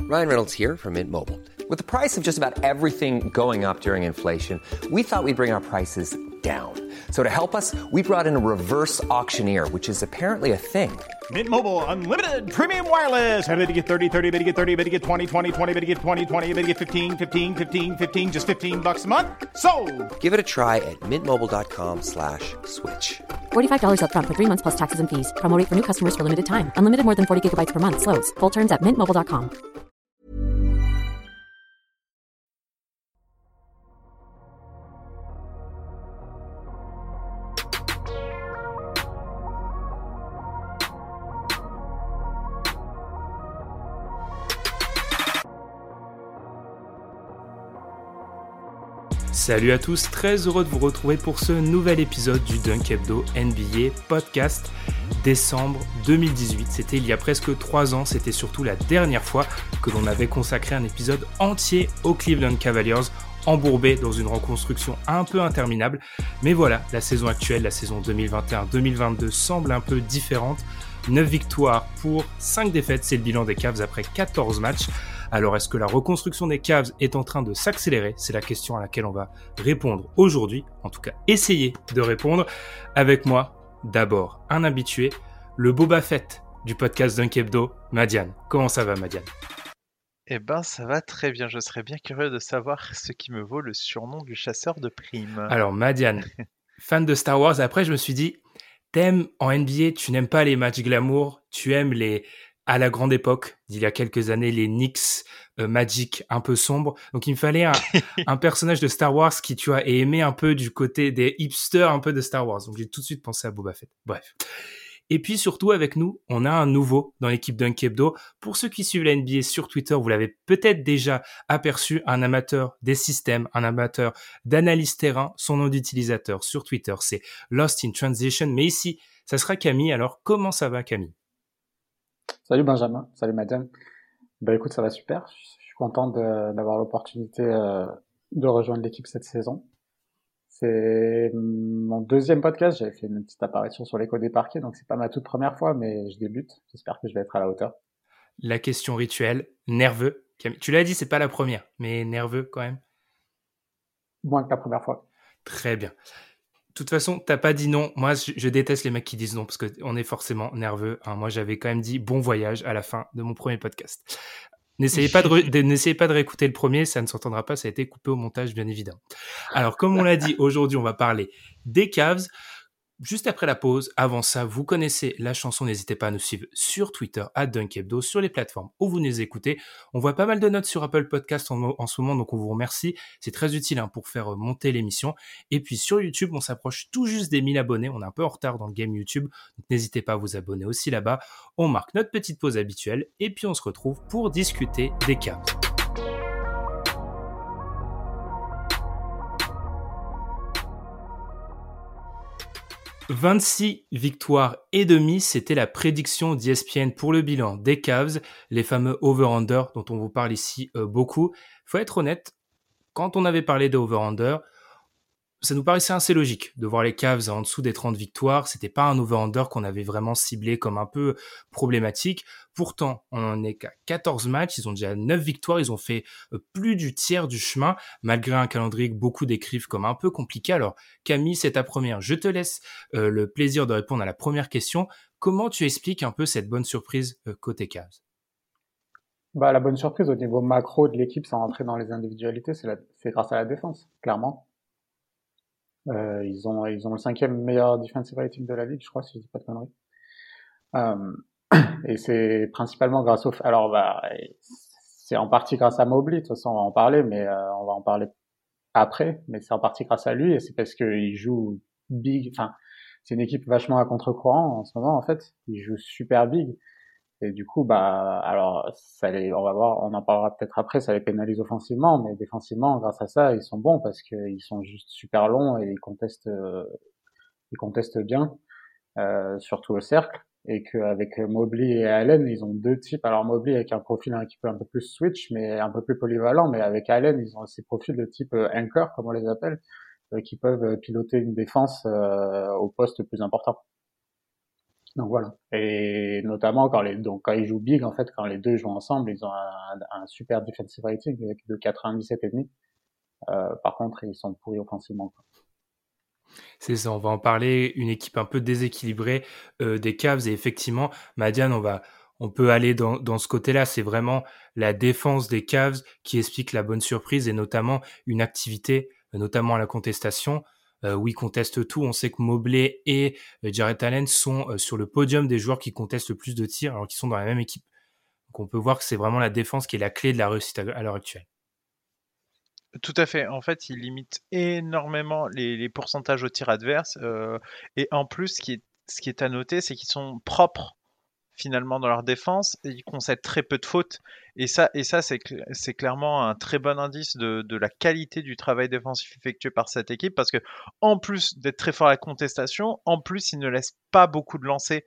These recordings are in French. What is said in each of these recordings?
Ryan Reynolds here from Mint Mobile. With the price of just about everything going up during inflation, we thought we'd bring our prices down. So to help us, we brought in a reverse auctioneer, which is apparently a thing. Mint Mobile Unlimited Premium Wireless. How to get 30, 30, how to get 30, how to get 20, 20, 20, how to get 20, 20, how to get 15, 15, 15, 15, just $15 a month? Sold! Give it a try at mintmobile.com/switch. $45 up front for 3 months plus taxes and fees. Promo rate for new customers for limited time. Unlimited more than 40 gigabytes per month. Slows full terms at mintmobile.com. Salut à tous, très heureux de vous retrouver pour ce nouvel épisode du Dunk Hebdo NBA Podcast. Décembre 2018, c'était il y a presque 3 ans, c'était surtout la dernière fois que l'on avait consacré un épisode entier aux Cleveland Cavaliers, embourbés dans une reconstruction un peu interminable. Mais voilà, la saison actuelle, la saison 2021-2022 semble un peu différente. 9 victoires pour 5 défaites, c'est le bilan des Cavs après 14 matchs. Alors, est-ce que la reconstruction des Cavs est en train de s'accélérer ? C'est la question à laquelle on va répondre aujourd'hui, en tout cas essayer de répondre. Avec moi, d'abord, un habitué, le Boba Fett du podcast Dunk Hebdo, Madiane. Comment ça va, Madiane ? Eh ben, ça va très bien. Je serais bien curieux de savoir ce qui me vaut le surnom du chasseur de primes. Alors, Madiane, fan de Star Wars, après je me suis dit, t'aimes en NBA, tu n'aimes pas les matchs glamour, tu aimes les... à la grande époque, d'il y a quelques années, les Knicks Magic un peu sombres. Donc, il me fallait un personnage de Star Wars qui, tu vois, ait aimé un peu du côté des hipsters un peu de Star Wars. Donc, j'ai tout de suite pensé à Boba Fett. Bref. Et puis, surtout, avec nous, on a un nouveau dans l'équipe Dunk Hebdo. Pour ceux qui suivent la NBA sur Twitter, vous l'avez peut-être déjà aperçu, un amateur des systèmes, un amateur d'analyse terrain. Son nom d'utilisateur sur Twitter, c'est Lost in Transition. Mais ici, ça sera Camille. Alors, comment ça va, Camille ? Salut Benjamin, salut Madiane. Bah écoute, ça va super. Je suis content d'avoir l'opportunité de rejoindre l'équipe cette saison. C'est mon deuxième podcast. J'avais fait une petite apparition sur l'écho des parquets, donc c'est pas ma toute première fois, mais je débute. J'espère que je vais être à la hauteur. La question rituelle, nerveux. Camille, tu l'as dit, c'est pas la première, mais nerveux quand même. Moins que la première fois. Très bien. De toute façon, t'as pas dit non. Moi, je déteste les mecs qui disent non parce qu'on est forcément nerveux. Hein. Moi, j'avais quand même dit bon voyage à la fin de mon premier podcast. N'essayez pas de réécouter le premier, ça ne s'entendra pas, ça a été coupé au montage, bien évidemment. Alors, comme on l'a dit, aujourd'hui, on va parler des Cavs. Juste après la pause, avant ça, vous connaissez la chanson, n'hésitez pas à nous suivre sur Twitter, @DunkHebdo, sur les plateformes où vous nous écoutez. On voit pas mal de notes sur Apple Podcast en ce moment, donc on vous remercie. C'est très utile pour faire monter l'émission. Et puis sur YouTube, on s'approche tout juste des 1000 abonnés. On est un peu en retard dans le game YouTube, donc n'hésitez pas à vous abonner aussi là-bas. On marque notre petite pause habituelle et puis on se retrouve pour discuter des Cavs. 26 victoires et demie, c'était la prédiction d'ESPN pour le bilan des Cavs, les fameux over-under dont on vous parle ici beaucoup. Faut être honnête, quand on avait parlé des over-under, ça nous paraissait assez logique de voir les Cavs en dessous des 30 victoires. C'était pas un over-under qu'on avait vraiment ciblé comme un peu problématique. Pourtant, on en est qu'à 14 matchs. Ils ont déjà 9 victoires. Ils ont fait plus du tiers du chemin, malgré un calendrier que beaucoup décrivent comme un peu compliqué. Alors, Camille, c'est ta première. Je te laisse le plaisir de répondre à la première question. Comment tu expliques un peu cette bonne surprise côté Cavs ? Bah, la bonne surprise au niveau macro de l'équipe, sans rentrer dans les individualités, c'est grâce à la défense, clairement. Ils ont le 5e meilleur defensive rating de la ligue, je crois, si je dis pas de conneries. Et c'est principalement grâce alors, bah, c'est en partie grâce à Mobley, de toute façon, on va en parler, mais, on va en parler après, mais c'est en partie grâce à lui, et c'est parce qu'il joue big, enfin, c'est une équipe vachement à contre-courant en ce moment, en fait. Il joue super big. Et du coup, bah, alors, on va voir, on en parlera peut-être après, ça les pénalise offensivement, mais défensivement, grâce à ça, ils sont bons parce qu'ils sont juste super longs et ils contestent bien, surtout au cercle. Et qu'avec Mobley et Allen, ils ont deux types. Alors Mobley avec un profil un petit peu un peu plus switch, mais un peu plus polyvalent, mais avec Allen, ils ont ces profils de type anchor, comme on les appelle, qui peuvent piloter une défense au poste le plus important. Donc voilà. Et notamment quand ils jouent big, en fait, quand les deux jouent ensemble, ils ont un super defensive rating de 97,5. Par contre, ils sont pourris offensivement, quoi. C'est ça, on va en parler. Une équipe un peu déséquilibrée des Cavs. Et effectivement, Madiane, on peut aller dans ce côté-là. C'est vraiment la défense des Cavs qui explique la bonne surprise et notamment une activité, notamment à la contestation, où ils contestent tout. On sait que Mobley et Jarrett Allen sont sur le podium des joueurs qui contestent le plus de tirs alors qu'ils sont dans la même équipe. Donc on peut voir que c'est vraiment la défense qui est la clé de la réussite à l'heure actuelle. Tout à fait. En fait, il limite énormément les pourcentages au tir adverse. Et en plus, ce qui est à noter, c'est qu'ils sont propres finalement dans leur défense et ils concèdent très peu de fautes. Et ça c'est clairement un très bon indice de la qualité du travail défensif effectué par cette équipe parce que en plus d'être très fort à la contestation, en plus ils ne laissent pas beaucoup de lancers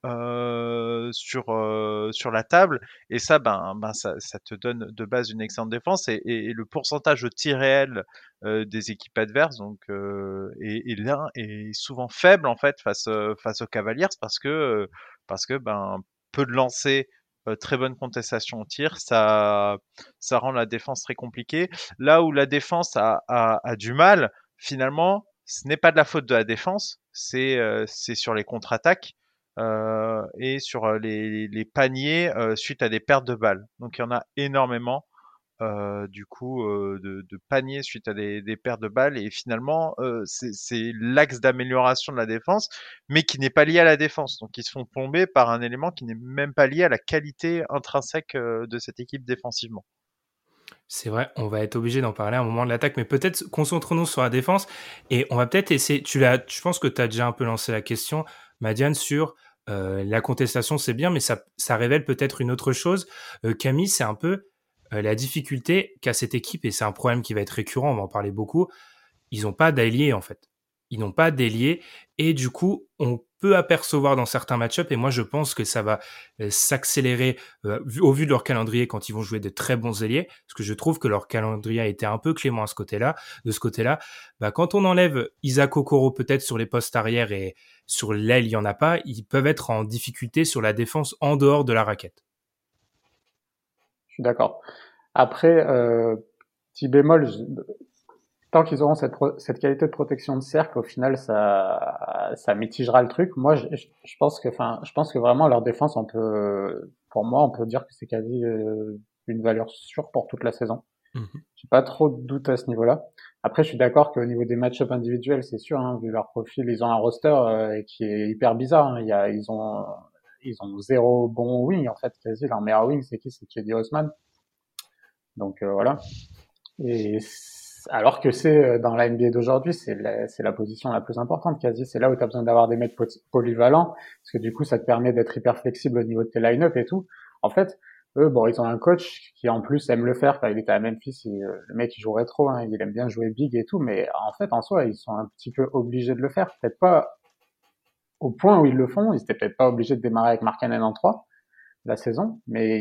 sur la table et ça ça te donne de base une excellente défense et le pourcentage de tir réel des équipes adverses est là est souvent faible en fait face aux Cavaliers parce que peu de lancers, très bonne contestation au tir, ça rend la défense très compliquée. Là où la défense a du mal, finalement, ce n'est pas de la faute de la défense, c'est sur les contre-attaques et sur les paniers suite à des pertes de balles. Donc il y en a énormément de paniers suite à des pertes de balles et finalement c'est l'axe d'amélioration de la défense mais qui n'est pas lié à la défense, donc ils se font plomber par un élément qui n'est même pas lié à la qualité intrinsèque de cette équipe défensivement. C'est vrai, on va être obligé d'en parler à un moment de l'attaque, mais peut-être concentrons-nous sur la défense et on va peut-être essayer. Je pense que tu as déjà un peu lancé la question, Madiane, sur la contestation, c'est bien, mais ça révèle peut-être une autre chose. Camille, c'est un peu la difficulté qu'a cette équipe et c'est un problème qui va être récurrent. On va en parler beaucoup. Ils n'ont pas d'ailier en fait. Ils n'ont pas d'ailier et du coup, on peut apercevoir dans certains match-ups et moi je pense que ça va s'accélérer au vu de leur calendrier quand ils vont jouer de très bons ailiers, parce que je trouve que leur calendrier a été un peu clément à ce côté-là. De ce côté-là, quand on enlève Isaac Okoro peut-être sur les postes arrière et sur l'aile il y en a pas, ils peuvent être en difficulté sur la défense en dehors de la raquette. Je suis d'accord. Après, petit bémol, tant qu'ils auront cette qualité de protection de cercle, au final, ça mitigera le truc. Moi, je pense que vraiment leur défense, pour moi, on peut dire que c'est quasi une valeur sûre pour toute la saison. J'ai pas trop de doute à ce niveau-là. Après, je suis d'accord qu'au niveau des match-ups individuels, c'est sûr, hein, vu leur profil, ils ont un roster qui est hyper bizarre. Hein. Ils ont 0 bon wing en fait, quasi. Leur meilleur wing, c'est qui? C'est Cedi Osman. Donc voilà. Et alors que c'est dans la NBA d'aujourd'hui, c'est la position la plus importante quasi. C'est là où tu as besoin d'avoir des mecs polyvalents, parce que du coup, ça te permet d'être hyper flexible au niveau de tes line-up et tout. En fait, eux, bon, ils ont un coach qui en plus aime le faire. Quand il était à Memphis, le mec il joue rétro, hein, il aime bien jouer big et tout, mais en fait, en soi, ils sont un petit peu obligés de le faire. Peut-être pas au point où ils le font. Ils étaient peut-être pas obligés de démarrer avec Markkanen en 3 la saison, mais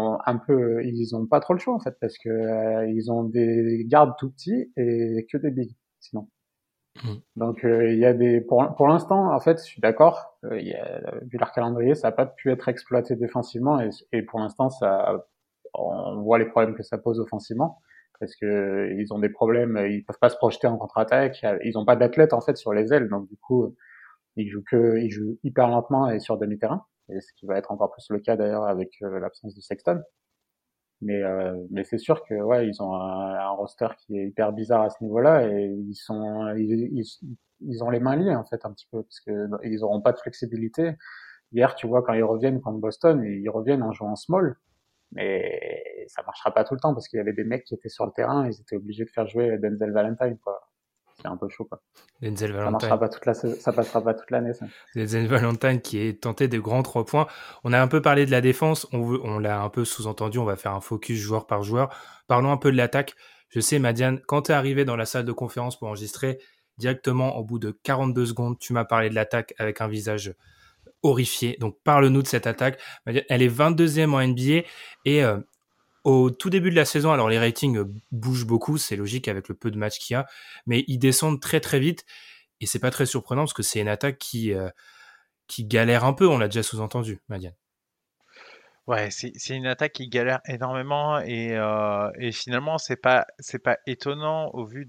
ils ont pas trop le choix en fait parce que ils ont des gardes tout petits et que des bigs sinon. Donc il y a pour l'instant en fait je suis d'accord, vu leur calendrier ça a pas pu être exploité défensivement et pour l'instant on voit les problèmes que ça pose offensivement parce que ils ont des problèmes, ils peuvent pas se projeter en contre-attaque, ils ont pas d'athlète en fait sur les ailes donc du coup ils jouent hyper lentement et sur demi-terrain. Et ce qui va être encore plus le cas d'ailleurs avec l'absence de Sexton. Mais c'est sûr que ouais, ils ont un roster qui est hyper bizarre à ce niveau-là et ils ont les mains liées en fait un petit peu parce que ils auront pas de flexibilité. Hier, tu vois, quand ils reviennent contre Boston, ils reviennent en jouant small, mais ça marchera pas tout le temps parce qu'il y avait des mecs qui étaient sur le terrain, ils étaient obligés de faire jouer Denzel Valentine quoi. C'est un peu chaud quoi. Denzel Valentine. Ça marchera pas ça passera pas toute l'année ça. Denzel Valentine qui est tenté de grands 3 points. On a un peu parlé de la défense, on l'a un peu sous-entendu, on va faire un focus joueur par joueur. Parlons un peu de l'attaque. Je sais Madiane, quand tu es arrivé dans la salle de conférence pour enregistrer, directement au bout de 42 secondes, tu m'as parlé de l'attaque avec un visage horrifié. Donc parle-nous de cette attaque. Madiane, elle est 22e en NBA et au tout début de la saison, alors les ratings bougent beaucoup, c'est logique avec le peu de matchs qu'il y a, mais ils descendent très très vite et c'est pas très surprenant parce que c'est une attaque qui qui galère un peu, on l'a déjà sous-entendu, Madiane. Ouais, c'est une attaque qui galère énormément et finalement c'est pas étonnant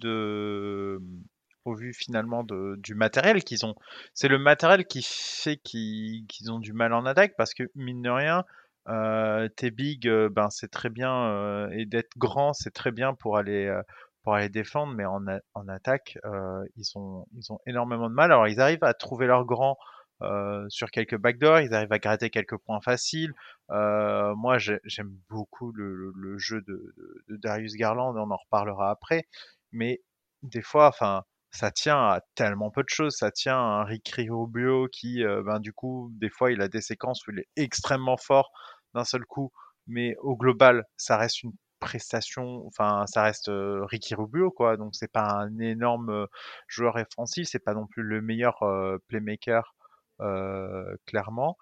au vu finalement du matériel qu'ils ont. C'est le matériel qui fait qu'ils ont du mal en attaque parce que mine de rien, t'es big, ben c'est très bien et d'être grand c'est très bien pour aller défendre, mais en attaque ils ont énormément de mal. Alors ils arrivent à trouver leur grand sur quelques backdoors, ils arrivent à gratter quelques points faciles. Moi, j'aime beaucoup le jeu de Darius Garland, on en reparlera après. Mais des fois, enfin, ça tient à tellement peu de choses. Ça tient à un Ricky Rubio qui, ben, du coup, des fois, il a des séquences où il est extrêmement fort d'un seul coup. Mais au global, ça reste une prestation, enfin, ça reste Ricky Rubio, quoi. Donc, c'est pas un énorme joueur offensif. C'est pas non plus le meilleur playmaker, clairement.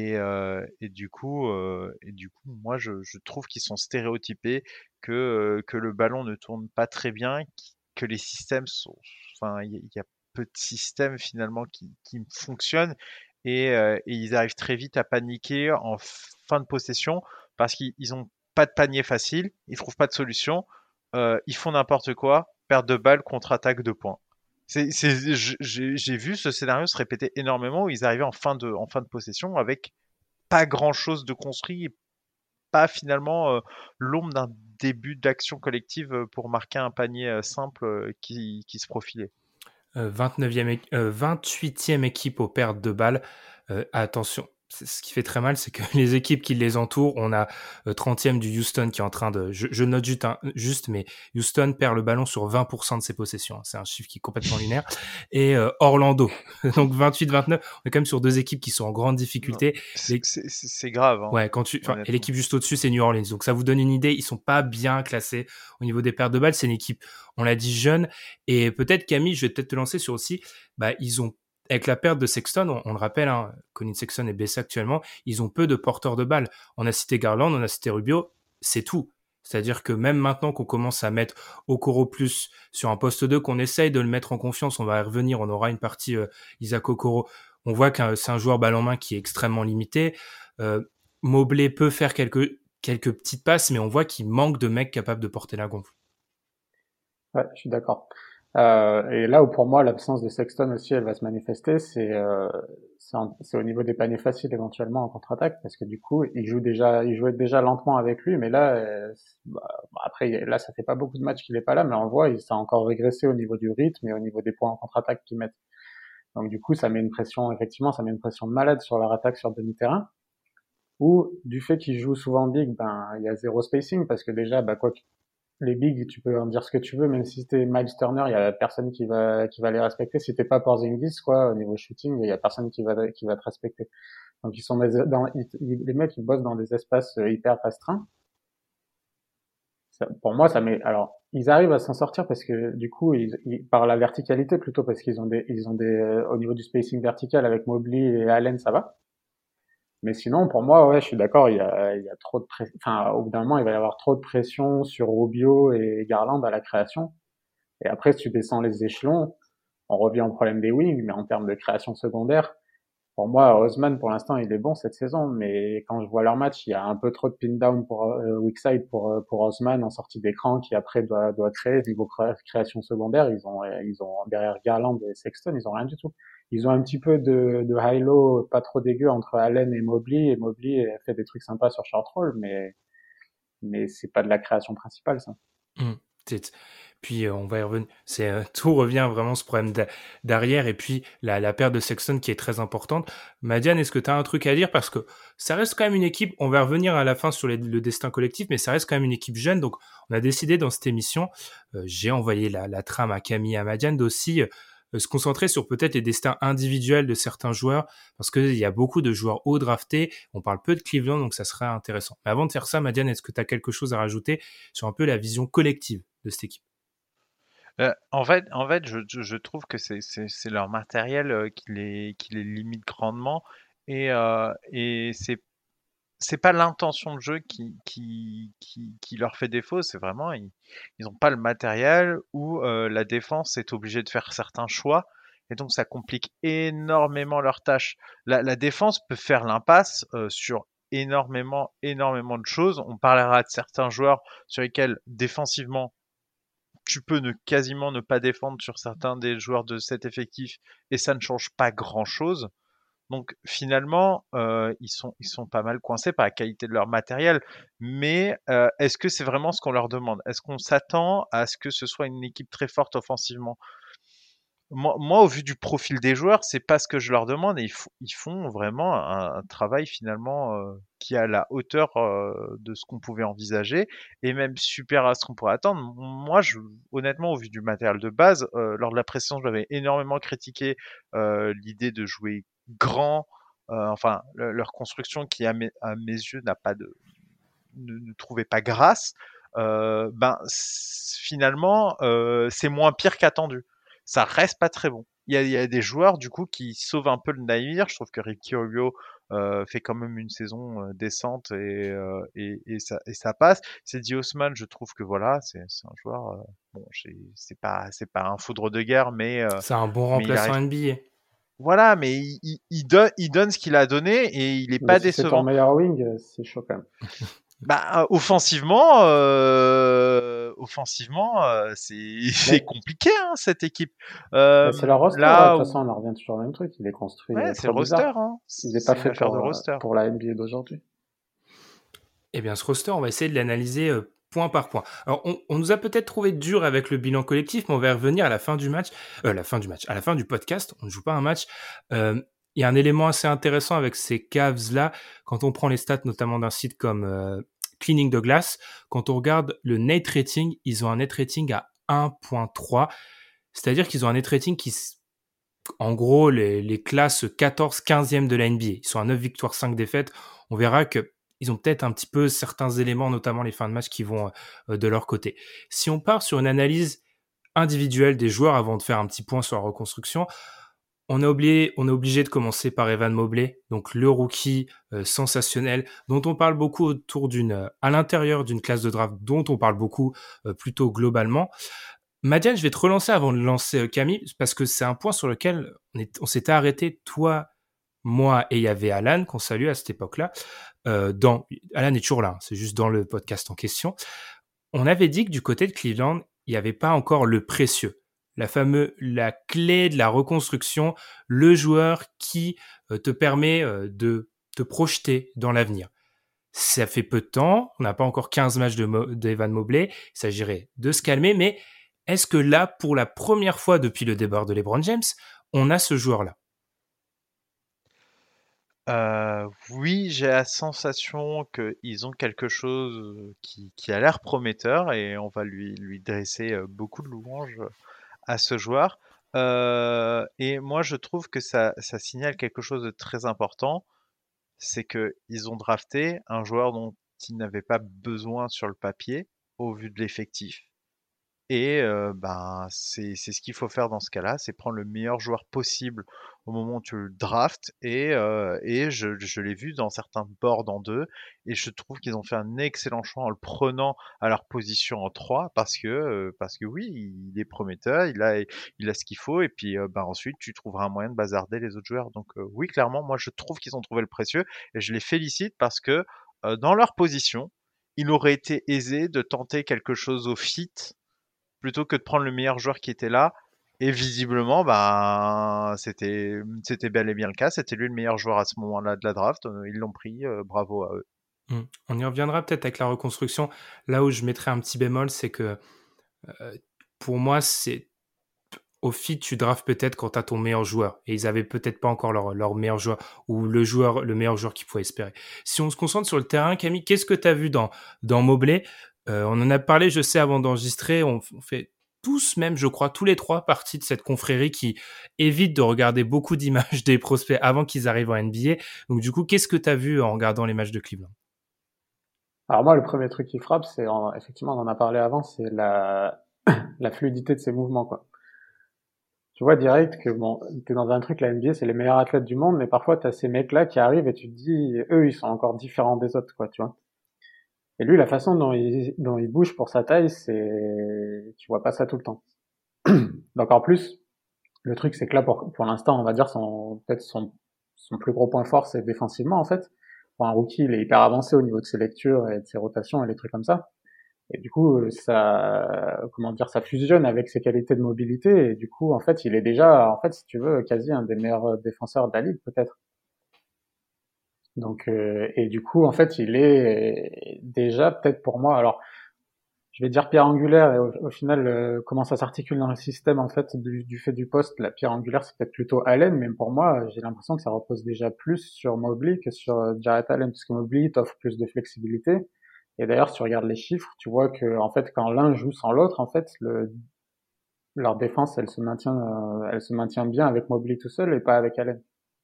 Et du coup, moi, je trouve qu'ils sont stéréotypés, que le ballon ne tourne pas très bien, que les systèmes sont, enfin, il y a peu de systèmes finalement qui fonctionnent et ils arrivent très vite à paniquer en fin de possession parce qu'ils ont pas de panier facile, ils trouvent pas de solution, ils font n'importe quoi, perte de balle, contre-attaque, 2 points. J'ai vu ce scénario se répéter énormément où ils arrivaient en fin de possession avec pas grand chose de construit et pas finalement l'ombre d'un début d'action collective pour marquer un panier simple qui se profilait. 28e équipe aux pertes de balles. Attention, ce qui fait très mal, c'est que les équipes qui les entourent, on a 30e du Houston qui est en train de... Je note juste, mais Houston perd le ballon sur 20% de ses possessions. C'est un chiffre qui est complètement lunaire. Et Orlando, donc 28-29, on est quand même sur deux équipes qui sont en grande difficulté. C'est grave. Hein, ouais, et l'équipe juste au-dessus, c'est New Orleans. Donc ça vous donne une idée, ils sont pas bien classés au niveau des pertes de balles. C'est une équipe, on l'a dit, jeune. Et peut-être, Camille, je vais peut-être te lancer sur aussi, ils ont, avec la perte de Sexton, on le rappelle, hein, Colin Sexton est blessé actuellement, ils ont peu de porteurs de balles. On a cité Garland, on a cité Rubio, c'est tout. C'est-à-dire que même maintenant qu'on commence à mettre Okoro plus sur un poste 2, qu'on essaye de le mettre en confiance, on va y revenir, on aura une partie Isaac Okoro. On voit que c'est un joueur balle en main qui est extrêmement limité. Mobley peut faire quelques petites passes, mais on voit qu'il manque de mecs capables de porter la gonfle. Ouais, je suis d'accord. Et là où pour moi l'absence de Sexton aussi elle va se manifester, c'est au niveau des paniers faciles éventuellement en contre-attaque parce que du coup il jouait déjà lentement avec lui, mais là après là ça fait pas beaucoup de matchs qu'il est pas là, mais on le voit ça a encore régressé au niveau du rythme et au niveau des points en contre-attaque qu'ils mettent. Donc du coup ça met une pression effectivement ça met une pression de malade sur leur attaque sur demi-terrain. Ou du fait qu'ils jouent souvent big, il y a zéro spacing parce que déjà quoi les bigs, tu peux en dire ce que tu veux, même si t'es Miles Turner, il y a personne qui va les respecter. Si t'es pas Porzingis, quoi, au niveau shooting, il y a personne qui va te respecter. Donc ils sont les mecs, ils bossent dans des espaces hyper restreints. Pour moi, alors, ils arrivent à s'en sortir parce que, du coup, par la verticalité plutôt, parce qu'ils ont au niveau du spacing vertical avec Mobley et Allen, ça va. Mais sinon, pour moi, ouais, je suis d'accord, il y a trop de pression. Enfin, au bout d'un moment, il va y avoir trop de pression sur Rubio et Garland à la création. Et après, si tu descends les échelons, on revient au problème des wings, mais en termes de création secondaire, pour moi, Osman, pour l'instant, il est bon cette saison, mais quand je vois leur match, il y a un peu trop de pin down pour weak side pour Osman en sortie d'écran qui après doit créer niveau création secondaire. Ils ont derrière Garland et Sexton, ils ont rien du tout. Ils ont un petit peu de high-low pas trop dégueu entre Allen et Mobley fait des trucs sympas sur short roll, mais c'est pas de la création principale, ça. Puis on va y revenir. Tout revient vraiment ce problème d'arrière et puis la perte de Sexton qui est très importante. Madiane, est-ce que tu as un truc à dire parce que ça reste quand même une équipe. On va revenir à la fin sur le destin collectif, mais ça reste quand même une équipe jeune. Donc on a décidé dans cette émission, j'ai envoyé la trame à Camille et à Madiane d'aussi se concentrer sur peut-être les destins individuels de certains joueurs parce qu'il y a beaucoup de joueurs haut draftés. On parle peu de Cleveland, donc ça serait intéressant. Mais avant de faire ça, Madiane, est-ce que tu as quelque chose à rajouter sur un peu la vision collective de cette équipe? En fait, je trouve que c'est leur matériel qui les limite grandement et c'est pas l'intention de jeu qui leur fait défaut, c'est vraiment ils ont pas le matériel ou la défense est obligée de faire certains choix et donc ça complique énormément leur tâche. La défense peut faire l'impasse sur énormément de choses. On parlera de certains joueurs sur lesquels défensivement tu peux quasiment ne pas défendre sur certains des joueurs de cet effectif et ça ne change pas grand-chose. Donc finalement, ils sont pas mal coincés par la qualité de leur matériel. Mais est-ce que c'est vraiment ce qu'on leur demande? Est-ce qu'on s'attend à ce que ce soit une équipe très forte offensivement? Moi, au vu du profil des joueurs, c'est pas ce que je leur demande et ils font vraiment un travail finalement qui est à la hauteur de ce qu'on pouvait envisager et même super à ce qu'on pourrait attendre. Moi, honnêtement, au vu du matériel de base, lors de la pré-saison, j'avais énormément critiqué l'idée de jouer grand, enfin leur construction qui à mes yeux n'a pas ne trouvait pas grâce. Finalement, c'est moins pire qu'attendu. Ça reste pas très bon. Il y a des joueurs du coup qui sauvent un peu le navire. Je trouve que Ricky Rubio fait quand même une saison décente et ça passe. Cedi Osman, je trouve que voilà, c'est un joueur bon, c'est pas un foudre de guerre, C'est un bon mais il arrive. remplaçant NBA. Voilà, mais il donne ce qu'il a donné et il est Mais pas si c'est ton décevant. meilleur wing, c'est chaud quand même. Offensivement, c'est compliqué hein, cette équipe. Mais c'est leur roster, ouais. De Là toute façon, où on en revient toujours au même truc. Il est construit ouais, c'est trop le roster, bizarre. hein. Il n'est pas C'est une fait affaire de roster. pour la NBA d'aujourd'hui. Eh bien, ce roster, on va essayer de l'analyser point par point. Alors, on nous a peut-être trouvé dur avec le bilan collectif, mais on va y revenir à la fin du match. À la fin du podcast. On ne joue pas un match. Il y a un élément assez intéressant avec ces Cavs-là, quand on prend les stats notamment d'un site comme Cleaning the Glass. Quand on regarde le net rating, ils ont un net rating à 1.3. C'est-à-dire qu'ils ont un net rating qui, en gros, les classes 14, 15e de la NBA. Ils sont à 9 victoires, 5 défaites. On verra que ils ont peut-être un petit peu certains éléments, notamment les fins de match, qui vont de leur côté. Si on part sur une analyse individuelle des joueurs avant de faire un petit point sur la reconstruction, on est obligé de commencer par Evan Mobley, donc le rookie sensationnel, dont on parle beaucoup à l'intérieur d'une classe de draft, dont on parle beaucoup plutôt globalement. Madiane, je vais te relancer avant de lancer Camille, parce que c'est un point sur lequel on s'était arrêté, toi, moi et il y avait Alan, qu'on salue à cette époque-là. Alan est toujours là, c'est juste dans le podcast en question. On avait dit que du côté de Cleveland, il n'y avait pas encore le précieux, la clé de la reconstruction, le joueur qui te permet de te projeter dans l'avenir. Ça fait peu de temps, on n'a pas encore 15 matchs d'Evan Mobley, il s'agirait de se calmer, mais est-ce que là, pour la première fois depuis le départ de LeBron James, on a ce joueur-là? Oui, j'ai la sensation qu'ils ont quelque chose qui a l'air prometteur et on va lui dresser beaucoup de louanges à ce joueur. Et moi, je trouve que ça signale quelque chose de très important, c'est que ils ont drafté un joueur dont ils n'avaient pas besoin sur le papier au vu de l'effectif. Et c'est ce qu'il faut faire dans ce cas-là, c'est prendre le meilleur joueur possible au moment où tu le draftes et je l'ai vu dans certains boards en 2 et je trouve qu'ils ont fait un excellent choix en le prenant à leur position en 3 parce que oui, il est prometteur, il a ce qu'il faut et puis, ensuite tu trouveras un moyen de bazarder les autres joueurs donc oui, clairement, moi je trouve qu'ils ont trouvé le précieux et je les félicite parce que, dans leur position, il aurait été aisé de tenter quelque chose au fit plutôt que de prendre le meilleur joueur qui était là. Et visiblement, c'était bel et bien le cas. C'était lui le meilleur joueur à ce moment-là de la draft. Ils l'ont pris. Bravo à eux. On y reviendra peut-être avec la reconstruction. Là où je mettrais un petit bémol, c'est que pour moi, c'est au fit, tu drafts peut-être quand tu as ton meilleur joueur. Et ils avaient peut-être pas encore leur meilleur joueur ou le meilleur joueur qu'ils pouvaient espérer. Si on se concentre sur le terrain, Camille, qu'est-ce que tu as vu dans Mobley? On en a parlé, je sais, avant d'enregistrer. On fait tous, même, je crois, tous les trois partie de cette confrérie qui évite de regarder beaucoup d'images des prospects avant qu'ils arrivent en NBA. Donc, du coup, qu'est-ce que tu as vu en regardant les matchs de Cleveland? Alors moi, le premier truc qui frappe, effectivement, on en a parlé avant, c'est la fluidité de ses mouvements, quoi. Tu vois direct que bon, t'es dans un truc, la NBA, c'est les meilleurs athlètes du monde, mais parfois t'as ces mecs-là qui arrivent et tu te dis, eux, ils sont encore différents des autres, quoi, tu vois. Et lui, la façon dont il bouge pour sa taille, tu vois pas ça tout le temps. Donc en plus, Le truc, c'est que là, pour l'instant, on va dire peut-être son plus gros point fort, c'est défensivement, en fait. Pour un rookie, il est hyper avancé au niveau de ses lectures et de ses rotations et les trucs comme ça. Et du coup, ça fusionne avec ses qualités de mobilité. Et du coup, en fait, il est déjà, en fait, si tu veux, quasi un des meilleurs défenseurs de la ligue, peut-être. Donc, et du coup, en fait, il est déjà peut-être pour moi. Alors, je vais dire pierre angulaire. Et au final, comment ça s'articule dans le système, en fait, du fait du poste, la pierre angulaire, c'est peut-être plutôt Allen. Mais pour moi, j'ai l'impression que ça repose déjà plus sur Mobley que sur Jarrett Allen, parce que Mobley t'offre plus de flexibilité. Et d'ailleurs, si tu regardes les chiffres, tu vois que, en fait, quand l'un joue sans l'autre, en fait, leur défense, elle se maintient bien avec Mobley tout seul et pas avec Allen.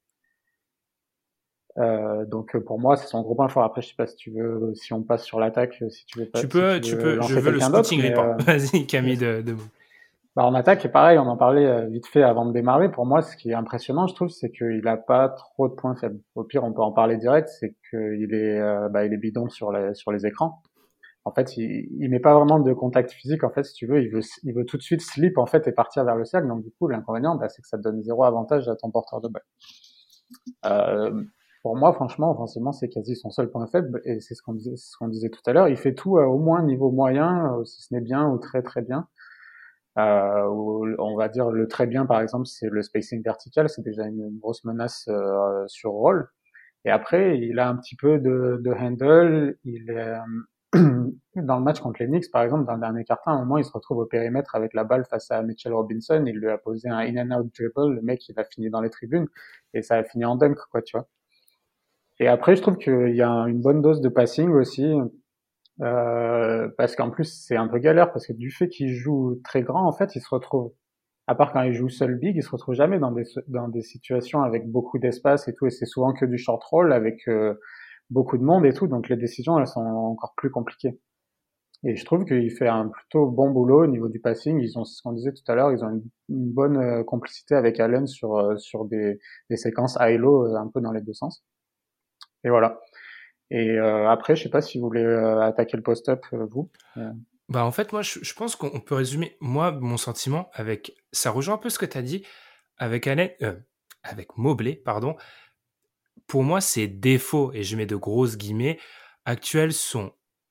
Donc pour moi, c'est son gros point fort. Après, je sais pas si tu veux, si on passe sur l'attaque, si tu veux pas, Tu peux, lancer je veux le quelqu'un d'autre. scouting report. Vas-y, Camille de... Bah, en attaque, c'est pareil, on en parlait vite fait avant de démarrer. Pour moi, ce qui est impressionnant, je trouve, c'est qu'il a pas trop de points faibles. Au pire, on peut en parler direct, c'est qu'il est bidon sur les écrans. En fait, il met pas vraiment de contact physique. En fait, si tu veux, il veut tout de suite slip en fait et partir vers le cercle. Donc du coup, l'inconvénient, c'est que ça te donne zéro avantage à ton porteur de balle. Pour moi, franchement, offensivement, c'est quasi son seul point faible, et c'est ce qu'on disait tout à l'heure. Il fait tout au moins niveau moyen, si ce n'est bien ou très très bien. On va dire le très bien, par exemple, c'est le spacing vertical, c'est déjà une grosse menace sur roll. Et après, il a un petit peu de handle. Il est dans le match contre les Knicks, par exemple, dans le dernier quart-temps, à un moment, il se retrouve au périmètre avec la balle face à Mitchell Robinson. Il lui a posé un in-and-out dribble. Le mec, il a fini dans les tribunes et ça a fini en dunk, quoi, tu vois. Et après, je trouve qu'il y a une bonne dose de passing aussi, parce qu'en plus, c'est un peu galère, parce que du fait qu'il joue très grand, en fait, il se retrouve, à part quand il joue seul big, il se retrouve jamais dans des situations avec beaucoup d'espace et tout, et c'est souvent que du short roll avec beaucoup de monde et tout, donc les décisions, elles sont encore plus compliquées. Et je trouve qu'il fait un plutôt bon boulot au niveau du passing. Ils ont, c'est ce qu'on disait tout à l'heure, ils ont une bonne complicité avec Allen sur des séquences high-low un peu dans les deux sens. Et voilà. Et après, je sais pas si vous voulez attaquer le post-up, vous. Bah en fait, moi, je pense qu'on peut résumer, moi, mon sentiment avec... Ça rejoint un peu ce que tu as dit avec avec Mobley, pardon. Pour moi, ses défauts, et je mets de grosses guillemets, actuels sont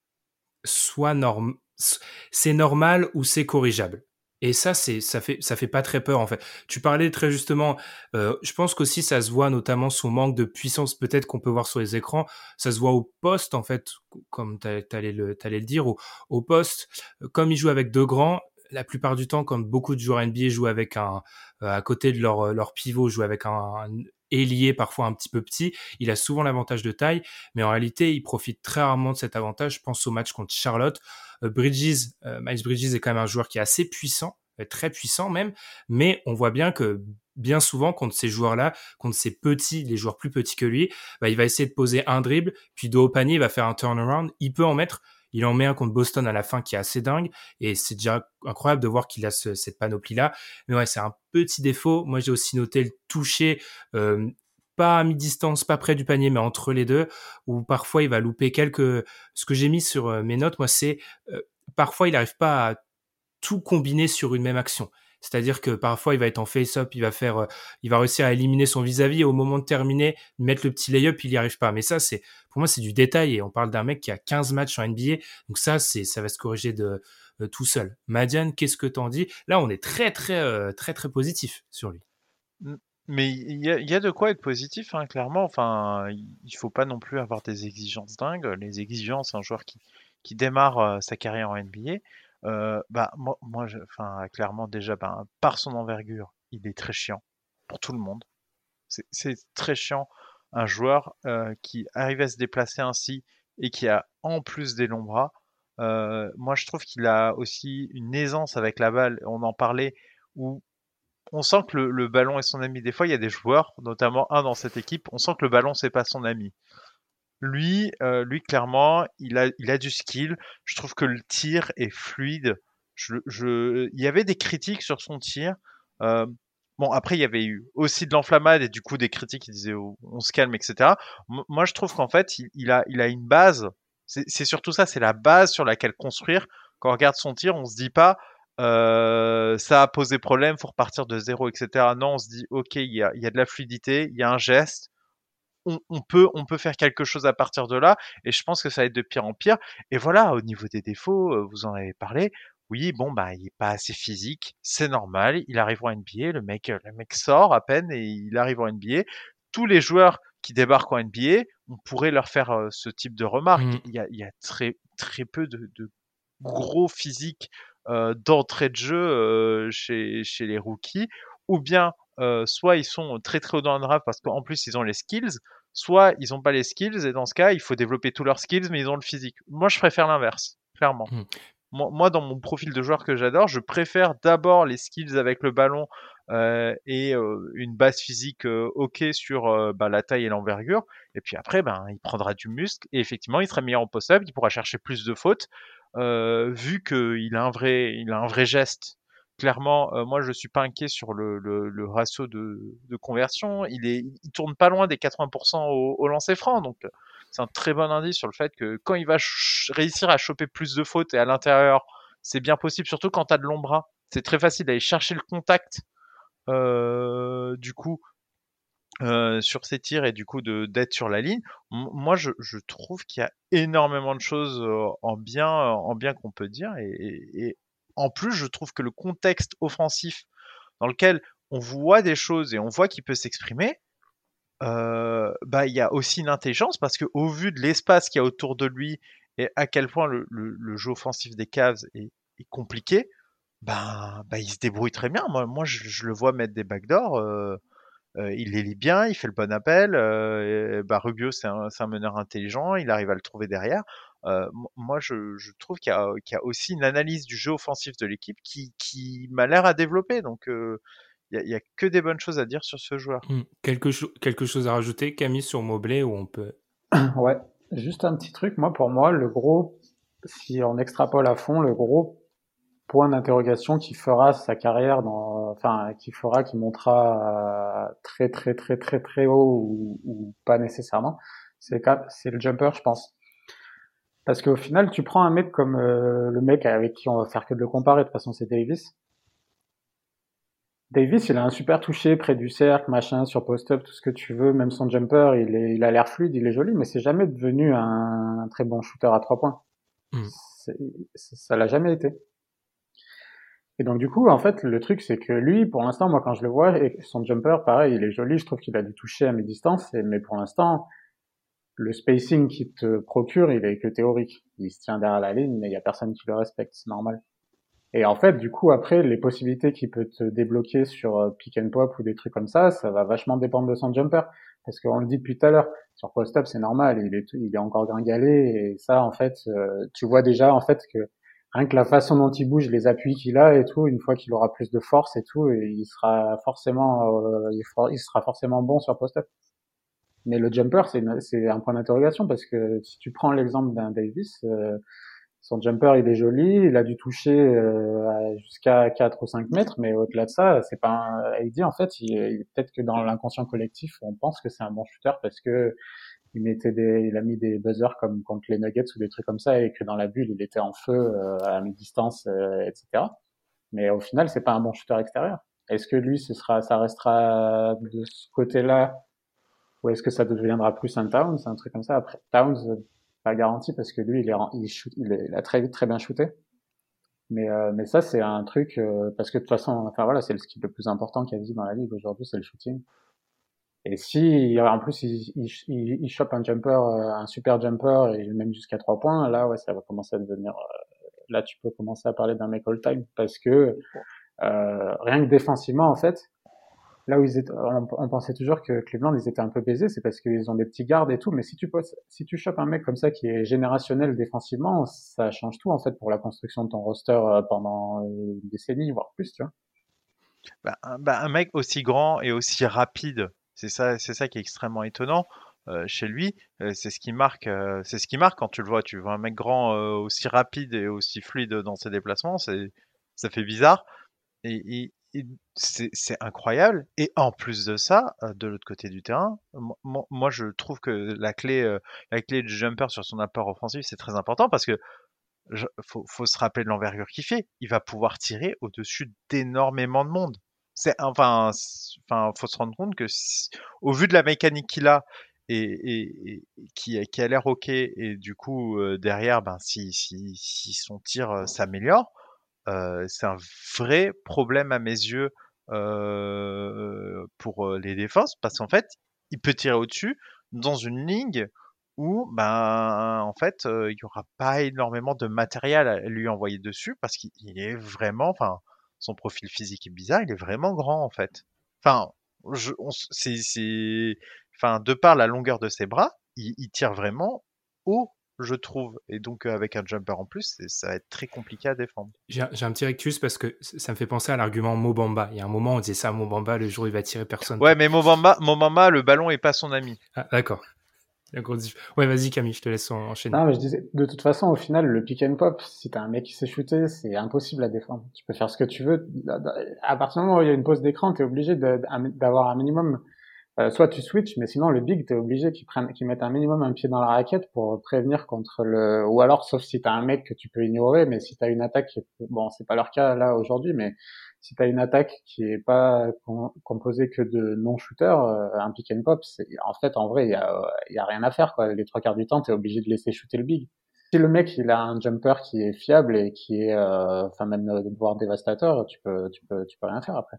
soit c'est normal ou c'est corrigeable. Et ça fait pas très peur en fait. Tu parlais très justement, je pense qu'aussi ça se voit notamment son manque de puissance peut-être qu'on peut voir sur les écrans. Ça se voit au poste en fait, comme t'allais le dire, au poste. Comme il joue avec deux grands, la plupart du temps, comme beaucoup de joueurs NBA jouent avec à côté de leur pivot, jouent avec un ailier parfois un petit peu petit, il a souvent l'avantage de taille, mais en réalité, il profite très rarement de cet avantage. Je pense au match contre Charlotte. Miles Bridges est quand même un joueur qui est assez puissant, très puissant même, mais on voit bien que bien souvent, contre ces joueurs-là, contre ces petits, les joueurs plus petits que lui, il va essayer de poser un dribble, puis dos au panier, il va faire un turnaround, il peut en mettre, il en met un contre Boston à la fin qui est assez dingue, et c'est déjà incroyable de voir qu'il a cette panoplie-là. Mais ouais, c'est un petit défaut. Moi, j'ai aussi noté le toucher, pas à mi-distance, pas près du panier, mais entre les deux, où parfois il va louper Ce que j'ai mis sur mes notes, moi, c'est parfois il n'arrive pas à tout combiner sur une même action. C'est-à-dire que parfois il va être en face-up, il va réussir à éliminer son vis-à-vis et au moment de terminer, mettre le petit lay-up, il n'y arrive pas. Mais ça, pour moi, c'est du détail et on parle d'un mec qui a 15 matchs en NBA. Donc ça va se corriger tout seul. Madiane, qu'est-ce que t'en dis? Là, on est très, très, très, très positif sur lui. Mais il y a de quoi être positif, hein, clairement. Enfin, il faut pas non plus avoir des exigences dingues. Les exigences, un joueur qui démarre sa carrière en NBA, enfin, clairement déjà, par son envergure, il est très chiant pour tout le monde. C'est très chiant un joueur qui arrive à se déplacer ainsi et qui a en plus des longs bras. Moi, je trouve qu'il a aussi une aisance avec la balle. On en parlait où on sent que le ballon est son ami. Des fois, il y a des joueurs, notamment un dans cette équipe, on sent que le ballon, c'est pas son ami. Lui, clairement, il a du skill. Je trouve que le tir est fluide. Il y avait des critiques sur son tir. Bon, après, il y avait eu aussi de l'enflammade et du coup des critiques qui disaient oh, on se calme, etc. Moi, je trouve qu'en fait, il a une base. C'est surtout ça, c'est la base sur laquelle construire. Quand on regarde son tir, on se dit pas Ça a posé problème, faut repartir de zéro, etc. Non, on se dit, ok, il y a de la fluidité, il y a un geste, on peut faire quelque chose à partir de là, et je pense que ça va être de pire en pire. Et voilà, au niveau des défauts, vous en avez parlé. Oui, bon, bah, il est pas assez physique, c'est normal. Il arrive en NBA, le mec sort à peine et il arrive en NBA. Tous les joueurs qui débarquent en NBA, on pourrait leur faire ce type de remarques. Mm. Il y a très peu de gros physiques d'entrée de jeu chez les rookies, ou bien soit ils sont très très haut dans le draft parce qu'en plus ils ont les skills, soit ils n'ont pas les skills et dans ce cas il faut développer tous leurs skills mais ils ont le physique. Moi je préfère l'inverse, clairement. Mm. Moi, dans mon profil de joueur que j'adore, je préfère d'abord les skills avec le ballon et une base physique ok sur bah, la taille et l'envergure. Et puis après, ben, il prendra du muscle et effectivement, il sera meilleur en post-up, il pourra chercher plus de fautes vu qu'il a il a un vrai geste. Clairement, moi, je suis pas inquiet sur le ratio de conversion. Il tourne pas loin des 80% au lancer franc, donc c'est un très bon indice sur le fait que quand il va réussir à choper plus de fautes et à l'intérieur, c'est bien possible, surtout quand tu as de longs bras. C'est très facile d'aller chercher le contact du coup sur ses tirs et du coup d'être sur la ligne. Moi, je trouve qu'il y a énormément de choses en bien qu'on peut dire et en plus, je trouve que le contexte offensif dans lequel on voit des choses et on voit qu'il peut s'exprimer, bah, il y a aussi une intelligence parce que au vu de l'espace qu'il y a autour de lui et à quel point le jeu offensif des Cavs est compliqué, bah, il se débrouille très bien. Moi je le vois mettre des backdoors, il les lit bien, il fait le bon appel. Et, bah, Rubio, c'est un meneur intelligent, il arrive à le trouver derrière. Moi, je trouve qu'il y a aussi une analyse du jeu offensif de l'équipe qui m'a l'air à développer. Donc, il y a que des bonnes choses à dire sur ce joueur. Mm. Quelque chose à rajouter, Camille, sur Mobley, ou on peut... Ouais, juste un petit truc. Moi, pour moi, le gros, si on extrapole à fond, le gros point d'interrogation qui fera sa carrière enfin, qui fera, qui montera très très très très très haut ou pas nécessairement, c'est le jumper, je pense. Parce qu'au final, tu prends un mec comme le mec avec qui on va faire que de le comparer, de toute façon, c'est Davis. Davis, il a un super toucher près du cercle, machin, sur post-up, tout ce que tu veux. Même son jumper, il a l'air fluide, il est joli, mais c'est jamais devenu un très bon shooter à 3 points. Mm. Ça l'a jamais été. Et donc du coup, en fait, le truc, c'est que lui, pour l'instant, moi, quand je le vois, et son jumper, pareil, il est joli, je trouve qu'il a du toucher à mes distances, mais pour l'instant, le spacing qu'il te procure, il est que théorique. Il se tient derrière la ligne, mais il y a personne qui le respecte, c'est normal. Et en fait, du coup, après, les possibilités qu'il peut te débloquer sur pick and pop ou des trucs comme ça va vachement dépendre de son jumper. Parce qu'on le dit depuis tout à l'heure, sur post-up, c'est normal, il est encore gringalé, et ça, en fait, tu vois déjà, en fait, que rien que la façon dont il bouge, les appuis qu'il a et tout, une fois qu'il aura plus de force et tout, et il sera forcément bon sur post-up. Mais le jumper, c'est un point d'interrogation parce que si tu prends l'exemple d'un Davis, son jumper, il est joli, il a dû toucher jusqu'à 4 ou 5 mètres, mais au-delà de ça, c'est pas un... Il dit, en fait, peut-être que dans l'inconscient collectif, on pense que c'est un bon shooter parce que il a mis des buzzers comme contre les Nuggets ou des trucs comme ça et que dans la bulle, il était en feu à mi-distance, etc. Mais au final, c'est pas un bon shooter extérieur. Est-ce que lui, ça restera de ce côté-là ou est-ce que ça deviendra plus un Towns, un truc comme ça? Après, Towns, pas garanti parce que lui, il a très vite très bien shooté. Mais ça, c'est un truc, parce que de toute façon, enfin voilà, c'est le skill le plus important qu'il y a dans la ligue aujourd'hui, c'est le shooting. Et si, en plus, il chope un jumper, un super jumper, et même jusqu'à 3 points, là, ouais, ça va commencer à devenir, là, tu peux commencer à parler d'un mec all-time, parce que, rien que défensivement, en fait, là où on pensait toujours que Cleveland, ils étaient un peu baisés, c'est parce qu'ils ont des petits gardes et tout, mais si tu chopes un mec comme ça qui est générationnel défensivement, ça change tout, en fait, pour la construction de ton roster pendant une décennie, voire plus, tu vois. Un mec aussi grand et aussi rapide, c'est ça qui est extrêmement étonnant chez lui. C'est ce qui marque quand tu le vois. Tu vois un mec grand aussi rapide et aussi fluide dans ses déplacements, ça fait bizarre. Et c'est incroyable. Et en plus de ça, de l'autre côté du terrain, moi je trouve que la clé du jumper sur son apport offensif, c'est très important parce que faut se rappeler de l'envergure qu'il fait. Il va pouvoir tirer au-dessus d'énormément de monde. Enfin, faut se rendre compte que au vu de la mécanique qu'il a et qui a l'air ok, et du coup derrière, ben si son tir s'améliore, c'est un vrai problème à mes yeux pour les défenses, parce qu'en fait, il peut tirer au-dessus dans une ligne où, ben, en fait, il y aura pas énormément de matériel à lui envoyer dessus, parce qu'il est vraiment, enfin, son profil physique est bizarre, il est vraiment grand en fait. Enfin, enfin, de par la longueur de ses bras, il tire vraiment haut, je trouve. Et donc, avec un jumper en plus, ça va être très compliqué à défendre. J'ai un petit rectus parce que ça me fait penser à l'argument Mobamba. Il y a un moment, on disait ça à Mobamba, le jour où il va tirer, personne. Ouais, mais Mobamba, le ballon est pas son ami. Ah, d'accord. Ouais, vas-y Camille, je te laisse enchaîner. Non, mais je disais, de toute façon, au final, le pick and pop, si t'as un mec qui sait shooter, c'est impossible à défendre. Tu peux faire ce que tu veux. À partir du moment où il y a une pause d'écran, t'es obligé d'avoir un minimum. Soit tu switches, mais sinon le big, t'es obligé qu'ils mettent un minimum un pied dans la raquette pour prévenir contre le. Ou alors, sauf si t'as un mec que tu peux ignorer, mais si t'as une attaque, bon, c'est pas leur cas là aujourd'hui, mais si t'as une attaque qui est pas composée que de non-shooters, un pick and pop, en fait, en vrai, il y a rien à faire, quoi. Les 3 quarts du temps, t'es obligé de laisser shooter le big. Si le mec, il a un jumper qui est fiable et qui est, enfin, même voire dévastateur, tu peux rien faire après.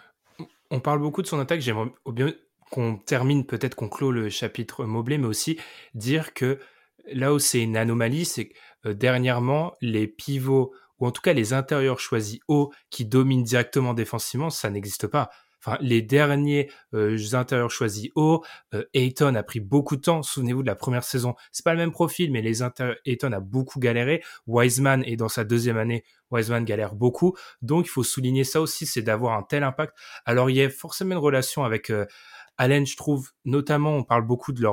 On parle beaucoup de son attaque, j'aimerais bien qu'on termine, peut-être qu'on clôt le chapitre Mobley, mais aussi dire que là où c'est une anomalie, c'est que dernièrement, les pivots, ou en tout cas les intérieurs choisis hauts qui dominent directement défensivement, ça n'existe pas. Enfin, les derniers intérieurs choisis hauts, Ayton a pris beaucoup de temps. Souvenez-vous de la première saison. C'est pas le même profil, mais Ayton a beaucoup galéré. Wiseman est dans sa deuxième année. Wiseman galère beaucoup. Donc, il faut souligner ça aussi, c'est d'avoir un tel impact. Alors, il y a forcément une relation avec Allen, je trouve. Notamment, on parle beaucoup de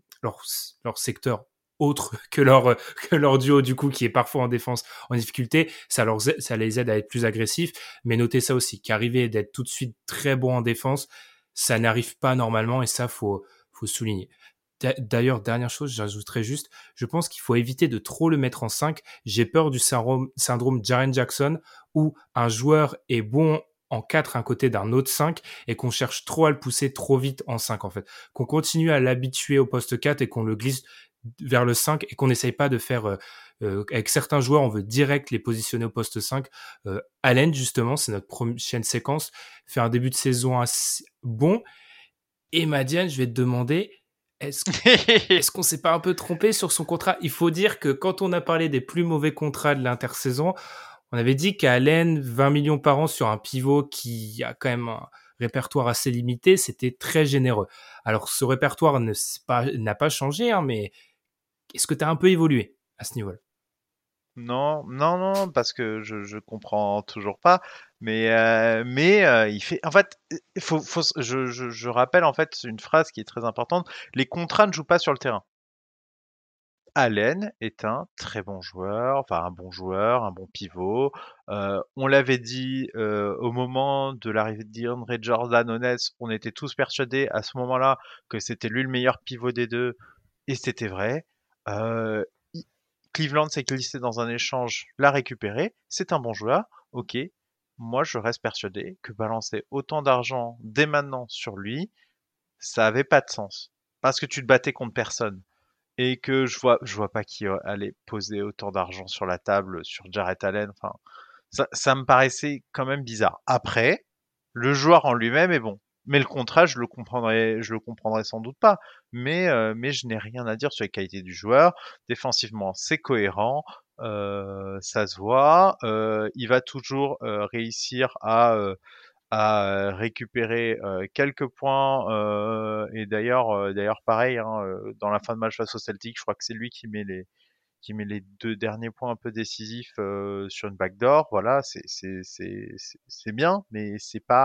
leur secteur autre que leur duo, du coup, qui est parfois en défense en difficulté. Ça les aide à être plus agressifs. Mais notez ça aussi, qu'arriver d'être tout de suite très bon en défense, ça n'arrive pas normalement, et ça, faut souligner. D'ailleurs, dernière chose, j'ajouterais juste, je pense qu'il faut éviter de trop le mettre en 5. J'ai peur du syndrome Jaren Jackson, où un joueur est bon en 4 à un côté d'un autre 5 et qu'on cherche trop à le pousser trop vite en 5 en fait. Qu'on continue à l'habituer au poste 4 et qu'on le glisse vers le 5 et qu'on n'essaye pas de faire... avec certains joueurs, on veut direct les positionner au poste 5. Allen, justement, c'est notre prochaine séquence, fait un début de saison assez bon. Et Madiane, je vais te demander... Est-ce qu'on s'est pas un peu trompé sur son contrat? Il faut dire que quand on a parlé des plus mauvais contrats de l'intersaison, on avait dit qu'Allen, 20 millions par an sur un pivot qui a quand même un répertoire assez limité, c'était très généreux. Alors ce répertoire n'a pas changé, hein, mais est-ce que tu as un peu évolué à ce niveau-là? Non, parce que je comprends toujours pas. Mais il fait. En fait, je rappelle en fait une phrase qui est très importante. Les contrats ne jouent pas sur le terrain. Allen est un très bon joueur, enfin un bon joueur, un bon pivot. On l'avait dit au moment de l'arrivée de DeAndre Jordan au Nets, on était tous persuadés à ce moment-là que c'était lui le meilleur pivot des deux, et c'était vrai. Cleveland s'est glissé dans un échange, l'a récupéré, c'est un bon joueur, ok. Moi, je reste persuadé que balancer autant d'argent dès maintenant sur lui, ça avait pas de sens. Parce que tu te battais contre personne. Et que je vois pas qui allait poser autant d'argent sur la table sur Jarrett Allen. Enfin, ça me paraissait quand même bizarre. Après, le joueur en lui-même est bon. Mais le contrat, je le comprendrais sans doute pas. Mais je n'ai rien à dire sur les qualités du joueur. Défensivement, c'est cohérent. Ça se voit. Il va toujours réussir à récupérer quelques points. Et d'ailleurs pareil, hein, dans la fin de match face au Celtic, je crois que c'est lui qui met les 2 derniers points un peu décisifs sur une backdoor. Voilà, c'est bien, mais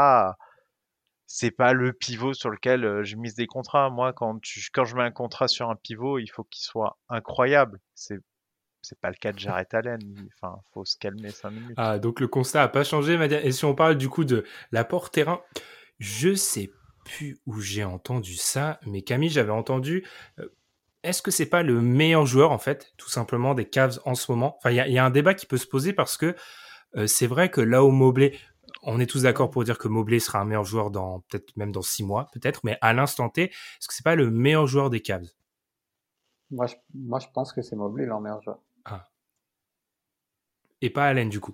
c'est pas le pivot sur lequel je mise des contrats. Moi, quand je mets un contrat sur un pivot, il faut qu'il soit incroyable. C'est pas le cas de Jarrett Allen. Enfin, faut se calmer 5 minutes. Ah, donc le constat a pas changé, Madiane. Et si on parle du coup de l'apport terrain, je sais plus où j'ai entendu ça, mais Camille, j'avais entendu est-ce que c'est pas le meilleur joueur, en fait, tout simplement, des Cavs en ce moment? Enfin, il y a un débat qui peut se poser parce que c'est vrai que là où Mobley, on est tous d'accord pour dire que Mobley sera un meilleur joueur peut-être même dans 6 mois, peut-être, mais à l'instant T, est-ce que c'est pas le meilleur joueur des Cavs? Moi, je pense que c'est Mobley leur meilleur joueur. Ah. Et pas Allen, du coup.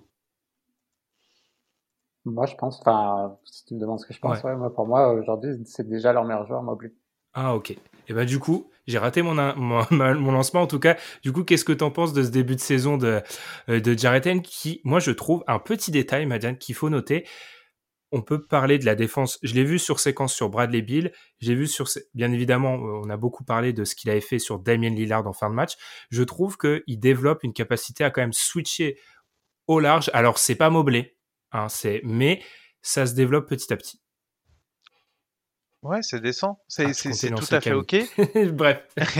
Moi, je pense, enfin, si tu me demandes ce que je pense, ouais, pour moi, aujourd'hui, c'est déjà leur meilleur joueur, Mobley. Ah, ok. Et ben du coup, j'ai raté mon lancement en tout cas. Du coup, qu'est-ce que t'en penses de ce début de saison de Jarrett Allen qui, moi, je trouve un petit détail, Madiane, qu'il faut noter. On peut parler de la défense. Je l'ai vu sur séquence sur Bradley Beal. J'ai vu bien évidemment, on a beaucoup parlé de ce qu'il avait fait sur Damian Lillard en fin de match. Je trouve qu'il développe une capacité à quand même switcher au large. Alors, c'est pas Mobley, hein, mais ça se développe petit à petit. Ouais, c'est décent. C'est tout à fait Camille. OK. Bref.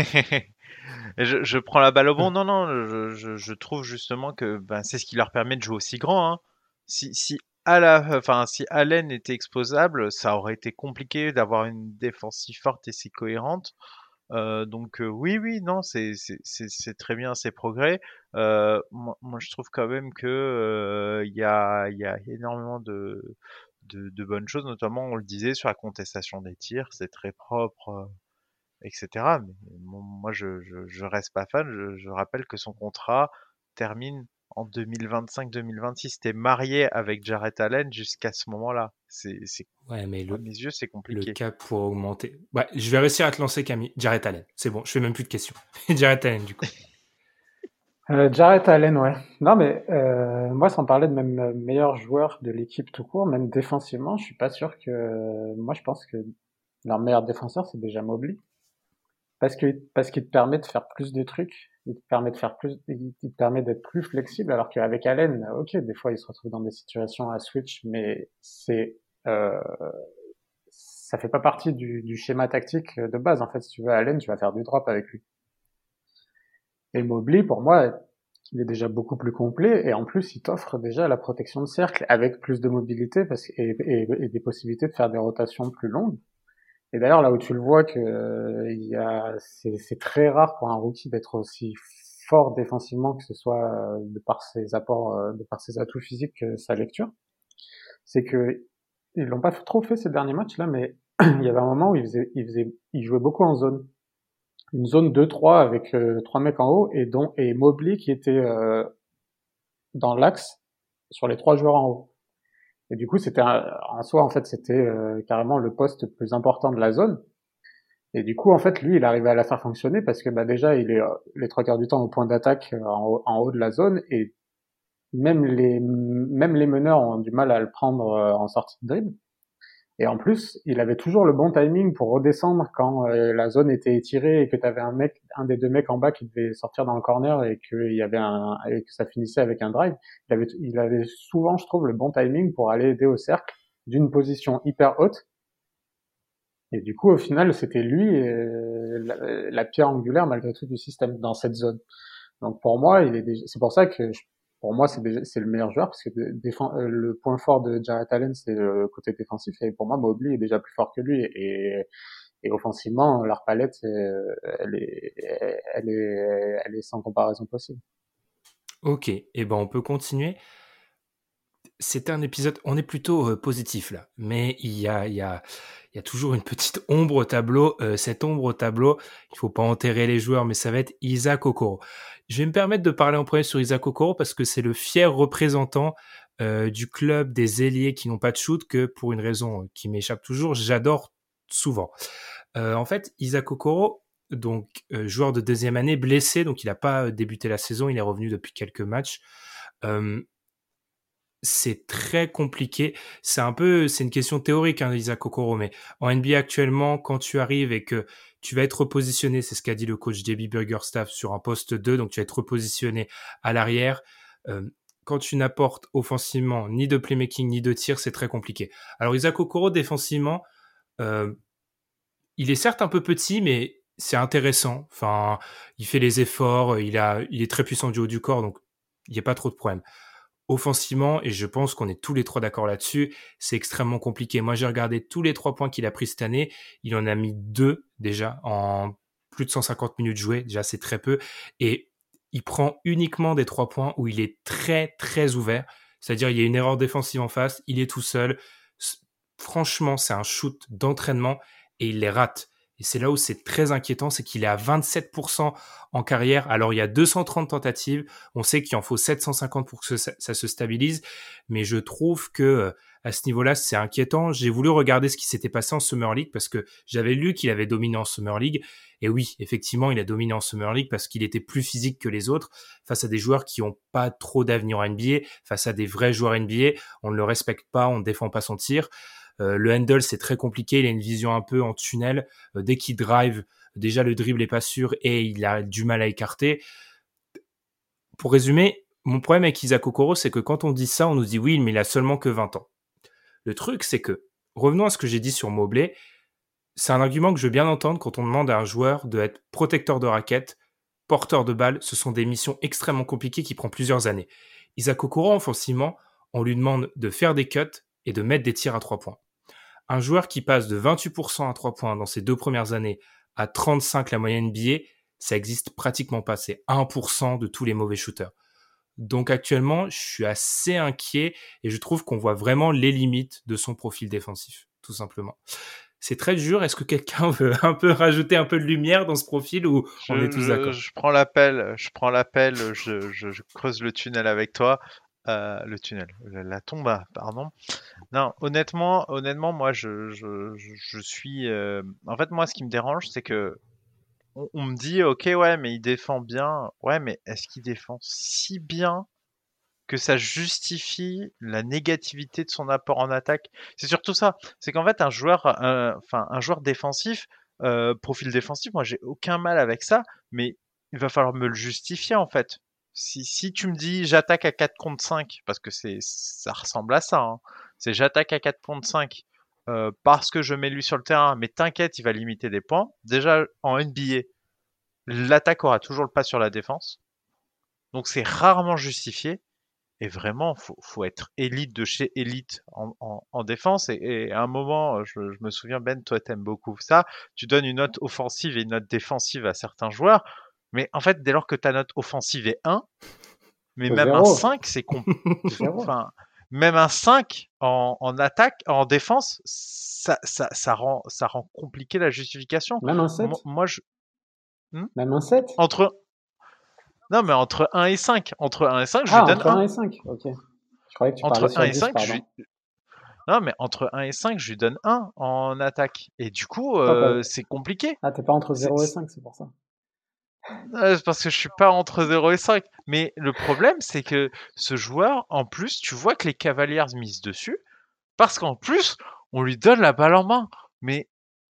je prends la balle au bon. Non, je trouve justement que c'est ce qui leur permet de jouer aussi grand. Hein. Si Allen était exposable, ça aurait été compliqué d'avoir une défensive forte et si cohérente. Donc oui, non, c'est très bien ces progrès. Moi, je trouve quand même que il y a énormément de bonnes choses, notamment on le disait sur la contestation des tirs, c'est très propre, etc. Mais moi, je reste pas fan. Je rappelle que son contrat termine en 2025-2026. T'es marié avec Jarrett Allen jusqu'à ce moment-là. Ouais, mais à mes yeux, c'est compliqué. Le cap pour augmenter. Ouais, je vais réussir à te lancer, Camille. Jarrett Allen. C'est bon, je fais même plus de questions. Jarrett Allen, du coup. Jarrett Allen, ouais. Non, mais moi, sans parler de même meilleur joueur de l'équipe tout court, même défensivement, je suis pas sûr que. Moi, je pense que leur meilleur défenseur, c'est déjà Mobley, parce qu'il te permet de faire plus de trucs, il te permet de faire plus, il te permet d'être plus flexible, alors qu'avec Allen, ok, des fois, il se retrouve dans des situations à switch, mais ça fait pas partie du schéma tactique de base. En fait, si tu veux Allen, tu vas faire du drop avec lui. Et Mobley, pour moi, il est déjà beaucoup plus complet et en plus, il t'offre déjà la protection de cercle avec plus de mobilité et des possibilités de faire des rotations plus longues. Et d'ailleurs, là où tu le vois que c'est très rare pour un rookie d'être aussi fort défensivement, que ce soit de par ses apports, de par ses atouts physiques que sa lecture, c'est que ils l'ont pas trop fait ces derniers matchs là, mais il y avait un moment où il jouait beaucoup en zone. Une zone 2-3 avec 3 mecs en haut et Mobley qui était dans l'axe sur les 3 joueurs en haut. Et du coup, en soi, en fait, c'était carrément le poste le plus important de la zone. Et du coup, en fait, lui, il arrivait à la faire fonctionner parce que déjà, il est les 3 quarts du temps au point d'attaque en haut de la zone et même les meneurs ont du mal à le prendre en sortie de dribble. Et en plus, il avait toujours le bon timing pour redescendre quand la zone était étirée et que tu avais un des 2 mecs en bas qui devait sortir dans le corner et que ça finissait avec un drive. Il avait souvent, je trouve, le bon timing pour aller aider au cercle d'une position hyper haute. Et du coup, au final, c'était lui la pierre angulaire malgré tout du système dans cette zone. Donc pour moi, c'est pour ça que pour moi, c'est le meilleur joueur parce que le point fort de Jarrett Allen, c'est le côté défensif. Et pour moi, Mobley est déjà plus fort que lui. Et offensivement, leur palette, elle est sans comparaison possible. Ok, et ben on peut continuer. C'était un épisode, on est plutôt positif là, mais il y a toujours une petite ombre au tableau. Cette ombre au tableau, il faut pas enterrer les joueurs, mais ça va être Isaac Okoro. Je vais me permettre de parler en premier sur Isaac Okoro parce que c'est le fier représentant du club des ailiers qui n'ont pas de shoot que pour une raison qui m'échappe toujours, j'adore souvent. En fait, Isaac Okoro, donc joueur de 2e année, blessé, donc il n'a pas débuté la saison, il est revenu depuis quelques matchs. C'est très compliqué. C'est une question théorique, hein, Isaac Okoro, mais en NBA actuellement, quand tu arrives et que tu vas être repositionné, c'est ce qu'a dit le coach JB Burgerstaff sur un poste 2, donc tu vas être repositionné à l'arrière. Quand tu n'apportes offensivement ni de playmaking ni de tir, c'est très compliqué. Alors Isaac Okoro, défensivement, il est certes un peu petit, mais c'est intéressant. Enfin, il fait les efforts, il est très puissant du haut du corps, donc il n'y a pas trop de problème. Offensivement, et je pense qu'on est tous les 3 d'accord là-dessus, c'est extrêmement compliqué. Moi, j'ai regardé tous les 3 points qu'il a pris cette année. Il en a mis 2 déjà en plus de 150 minutes jouées. Déjà, c'est très peu. Et il prend uniquement des 3 points où il est très, très ouvert. C'est-à-dire, il y a une erreur défensive en face, il est tout seul. Franchement, c'est un shoot d'entraînement et il les rate. Et c'est là où c'est très inquiétant, c'est qu'il est à 27% en carrière. Alors, il y a 230 tentatives. On sait qu'il en faut 750 pour que ça se stabilise. Mais je trouve que à ce niveau-là, c'est inquiétant. J'ai voulu regarder ce qui s'était passé en Summer League parce que j'avais lu qu'il avait dominé en Summer League. Et oui, effectivement, il a dominé en Summer League parce qu'il était plus physique que les autres face à des joueurs qui n'ont pas trop d'avenir en NBA, face à des vrais joueurs NBA. On ne le respecte pas, on ne défend pas son tir. Le handle, c'est très compliqué. Il a une vision un peu en tunnel. Dès qu'il drive, déjà le dribble est pas sûr et il a du mal à écarter. Pour résumer, mon problème avec Isaac Okoro, c'est que quand on dit ça, on nous dit oui, mais il a seulement que 20 ans. Le truc, c'est que, revenons à ce que j'ai dit sur Mobley, c'est un argument que je veux bien entendre quand on demande à un joueur de être protecteur de raquette, porteur de balle. Ce sont des missions extrêmement compliquées qui prennent plusieurs années. Isaac Okoro, offensivement, on lui demande de faire des cuts et de mettre des tirs à 3 points. Un joueur qui passe de 28% à 3 points dans ses 2 premières années à 35 la moyenne NBA, ça existe pratiquement pas. C'est 1% de tous les mauvais shooters. Donc actuellement, je suis assez inquiet et je trouve qu'on voit vraiment les limites de son profil défensif, tout simplement. C'est très dur. Est-ce que quelqu'un veut un peu rajouter un peu de lumière dans ce profil ou on est tous d'accord? Je prends l'appel, je creuse le tunnel avec toi. Le tunnel, la tombe, pardon. Non, honnêtement, moi, je suis. En fait, moi, ce qui me dérange, c'est que on me dit, ok, ouais, mais il défend bien. Ouais, mais est-ce qu'il défend si bien que ça justifie la négativité de son apport en attaque? C'est surtout ça. C'est qu'en fait, un joueur défensif, profil défensif, moi, j'ai aucun mal avec ça, mais il va falloir me le justifier, en fait. Si tu me dis j'attaque à 4 contre 5, parce que ça ressemble à ça, hein. C'est j'attaque à 4 contre 5 parce que je mets lui sur le terrain, mais t'inquiète, il va limiter des points. Déjà, en NBA, l'attaque aura toujours le pas sur la défense. Donc c'est rarement justifié. Et vraiment, faut être élite de chez élite en défense. Et à un moment, je me souviens, Ben, toi, t'aimes beaucoup ça. Tu donnes une note offensive et une note défensive à certains joueurs. Mais en fait, dès lors que ta note offensive est 1, mais même un 5, c'est enfin, même un 5 en attaque, en défense, ça rend compliqué la justification. Même un 7? Moi, Même un 7? Non, mais entre 1 et 5. Entre 1 et 5, je Ah, lui donne entre 1 1. et 5, ok. Je croyais que tu Entre parlais sur 1 et 10, 5, pardon. Non, mais entre 1 et 5, je lui donne 1 en attaque. Et du coup, c'est compliqué. Ah, t'es pas entre 0 et 5, c'est pour ça. C'est parce que je suis pas entre 0 et 5. Mais le problème, c'est que ce joueur, en plus, tu vois que les Cavaliers misent dessus, parce qu'en plus, on lui donne la balle en main. Mais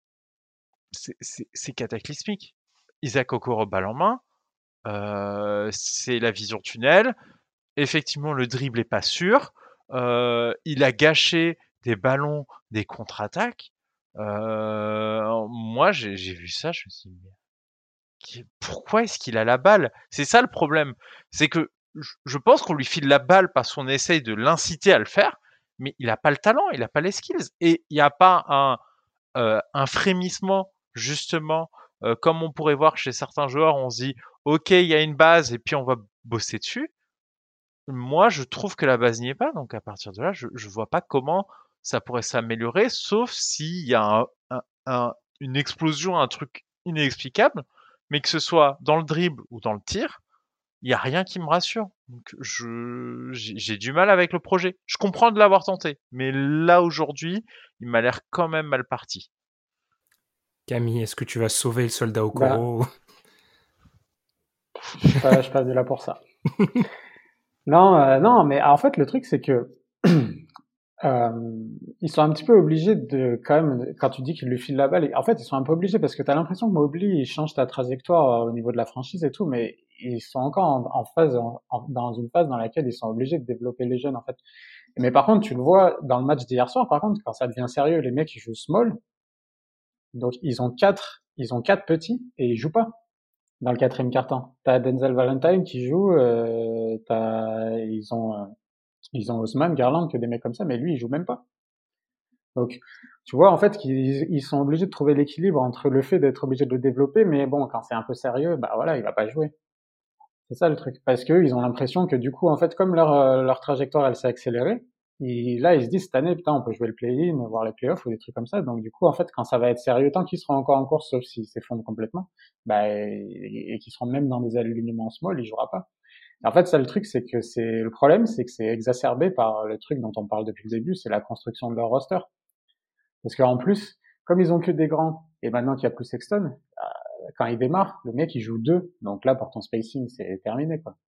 c'est cataclysmique. Isaac Okoro, balle en main, c'est la vision tunnel. Effectivement, le dribble est pas sûr. Il a gâché des ballons, des contre-attaques. Moi, j'ai vu ça, je me suis dit, mais pourquoi est-ce qu'il a la balle? C'est ça le problème. C'est que je pense qu'on lui file la balle parce qu'on essaye de l'inciter à le faire, mais il n'a pas le talent, il n'a pas les skills. Et il n'y a pas un frémissement, justement, comme on pourrait voir chez certains joueurs, on se dit, ok, il y a une base et puis on va bosser dessus. Moi, je trouve que la base n'y est pas, donc à partir de là, je vois pas comment ça pourrait s'améliorer, sauf s'il y a une explosion, un truc inexplicable, mais que ce soit dans le dribble ou dans le tir, il y a rien qui me rassure. Donc j'ai du mal avec le projet. Je comprends de l'avoir tenté, mais là aujourd'hui, il m'a l'air quand même mal parti. Camille, est-ce que tu vas sauver le soldat Okoro? Je passe de là pour ça. Non, mais en fait, le truc, c'est que ils sont un petit peu obligés de, quand même, quand tu dis qu'ils lui filent la balle, en fait, ils sont un peu obligés parce que t'as l'impression que Mobley, il change ta trajectoire au niveau de la franchise et tout, mais ils sont encore en phase, dans une phase dans laquelle ils sont obligés de développer les jeunes, en fait. Mais par contre, tu le vois dans le match d'hier soir, par contre, quand ça devient sérieux, les mecs, ils jouent small. Donc, ils ont quatre petits et ils jouent pas dans le quatrième quart-temps. T'as Denzel Valentine qui joue, ils ont Osman, Garland, que des mecs comme ça, mais lui, il joue même pas. Donc, tu vois, en fait, ils sont obligés de trouver l'équilibre entre le fait d'être obligés de le développer, mais bon, quand c'est un peu sérieux, bah voilà, il va pas jouer. C'est ça le truc. Parce que ils ont l'impression que du coup, en fait, comme leur trajectoire, elle s'est accélérée, là, ils se disent cette année, putain, on peut jouer le play-in, voir les playoffs ou des trucs comme ça. Donc du coup, en fait, quand ça va être sérieux, tant qu'ils seront encore en course, sauf s'ils s'effondrent complètement, bah, et qu'ils seront même dans des alignements small, il jouera pas. Et en fait, ça, le truc, c'est que le problème, c'est que c'est exacerbé par le truc dont on parle depuis le début, c'est la construction de leur roster. Parce qu'en plus, comme ils ont que des grands, et maintenant qu'il y a plus Sexton, quand il démarre, le mec il joue 2. Donc là, pour ton spacing, c'est terminé, quoi.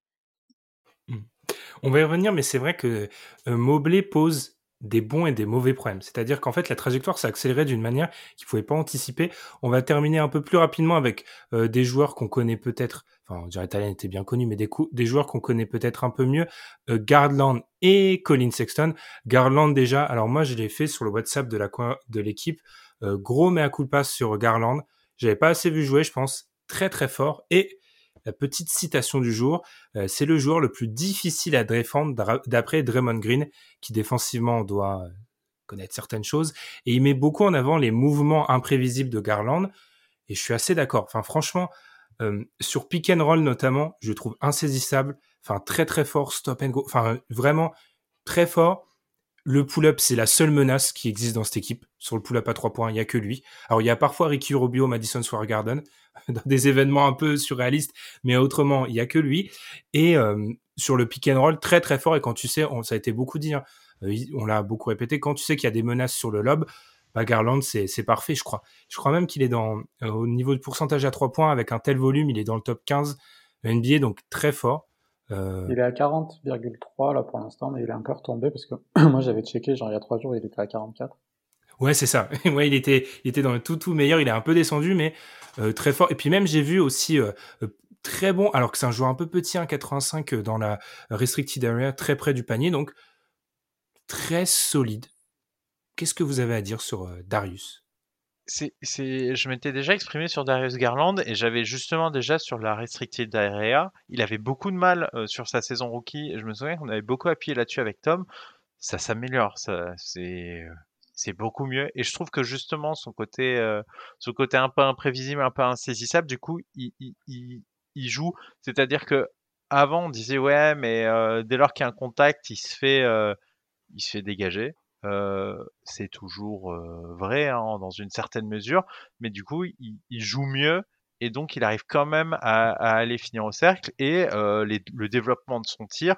On va y revenir, mais c'est vrai que Mobley pose des bons et des mauvais problèmes. C'est-à-dire qu'en fait, la trajectoire s'est accélérée d'une manière qu'il ne pouvait pas anticiper. On va terminer un peu plus rapidement avec des joueurs qu'on connaît peut-être, enfin, Jared Allen était bien connu, mais des joueurs qu'on connaît peut-être un peu mieux, Garland et Colin Sexton. Garland déjà, alors moi je l'ai fait sur le WhatsApp de l'équipe, gros mea culpa sur Garland. J'avais pas assez vu jouer, je pense, très très fort. Et la petite citation du jour, c'est le joueur le plus difficile à défendre d'après Draymond Green, qui défensivement doit connaître certaines choses, et il met beaucoup en avant les mouvements imprévisibles de Garland, et je suis assez d'accord. Enfin, franchement, sur pick and roll notamment, je le trouve insaisissable, enfin très très fort, stop and go, enfin vraiment très fort. Le pull-up, c'est la seule menace qui existe dans cette équipe. Sur le pull-up à 3 points, il n'y a que lui. Alors, il y a parfois Ricky Rubio, Madison Square Garden, dans des événements un peu surréalistes, mais autrement, il n'y a que lui. Et sur le pick and roll, très très fort. Et quand tu sais, ça a été beaucoup dit, hein, on l'a beaucoup répété, quand tu sais qu'il y a des menaces sur le lob, bah Garland, c'est parfait, je crois. Je crois même qu'il est au niveau de pourcentage à 3 points, avec un tel volume, il est dans le top 15 NBA, donc très fort. Il est à 40,3 là pour l'instant, mais il est un peu retombé parce que moi j'avais checké, genre il y a 3 jours, il était à 44. Ouais, c'est ça. Ouais, il était dans le tout meilleur. Il est un peu descendu, mais très fort. Et puis même, j'ai vu aussi très bon, alors que c'est un joueur un peu petit, 1,85 dans la restricted area, très près du panier, donc très solide. Qu'est-ce que vous avez à dire sur Darius? Je m'étais déjà exprimé sur Darius Garland et j'avais justement déjà sur la restricted area, il avait beaucoup de mal sur sa saison rookie. Je me souviens qu'on avait beaucoup appuyé là-dessus avec Tom. Ça s'améliore, c'est beaucoup mieux. Et je trouve que justement son côté un peu imprévisible, un peu insaisissable, du coup, il joue. C'est-à-dire que avant, on disait ouais, mais dès lors qu'il y a un contact, il se fait dégager. C'est toujours vrai hein, dans une certaine mesure, mais du coup, il joue mieux et donc il arrive quand même à aller finir au cercle et le développement de son tir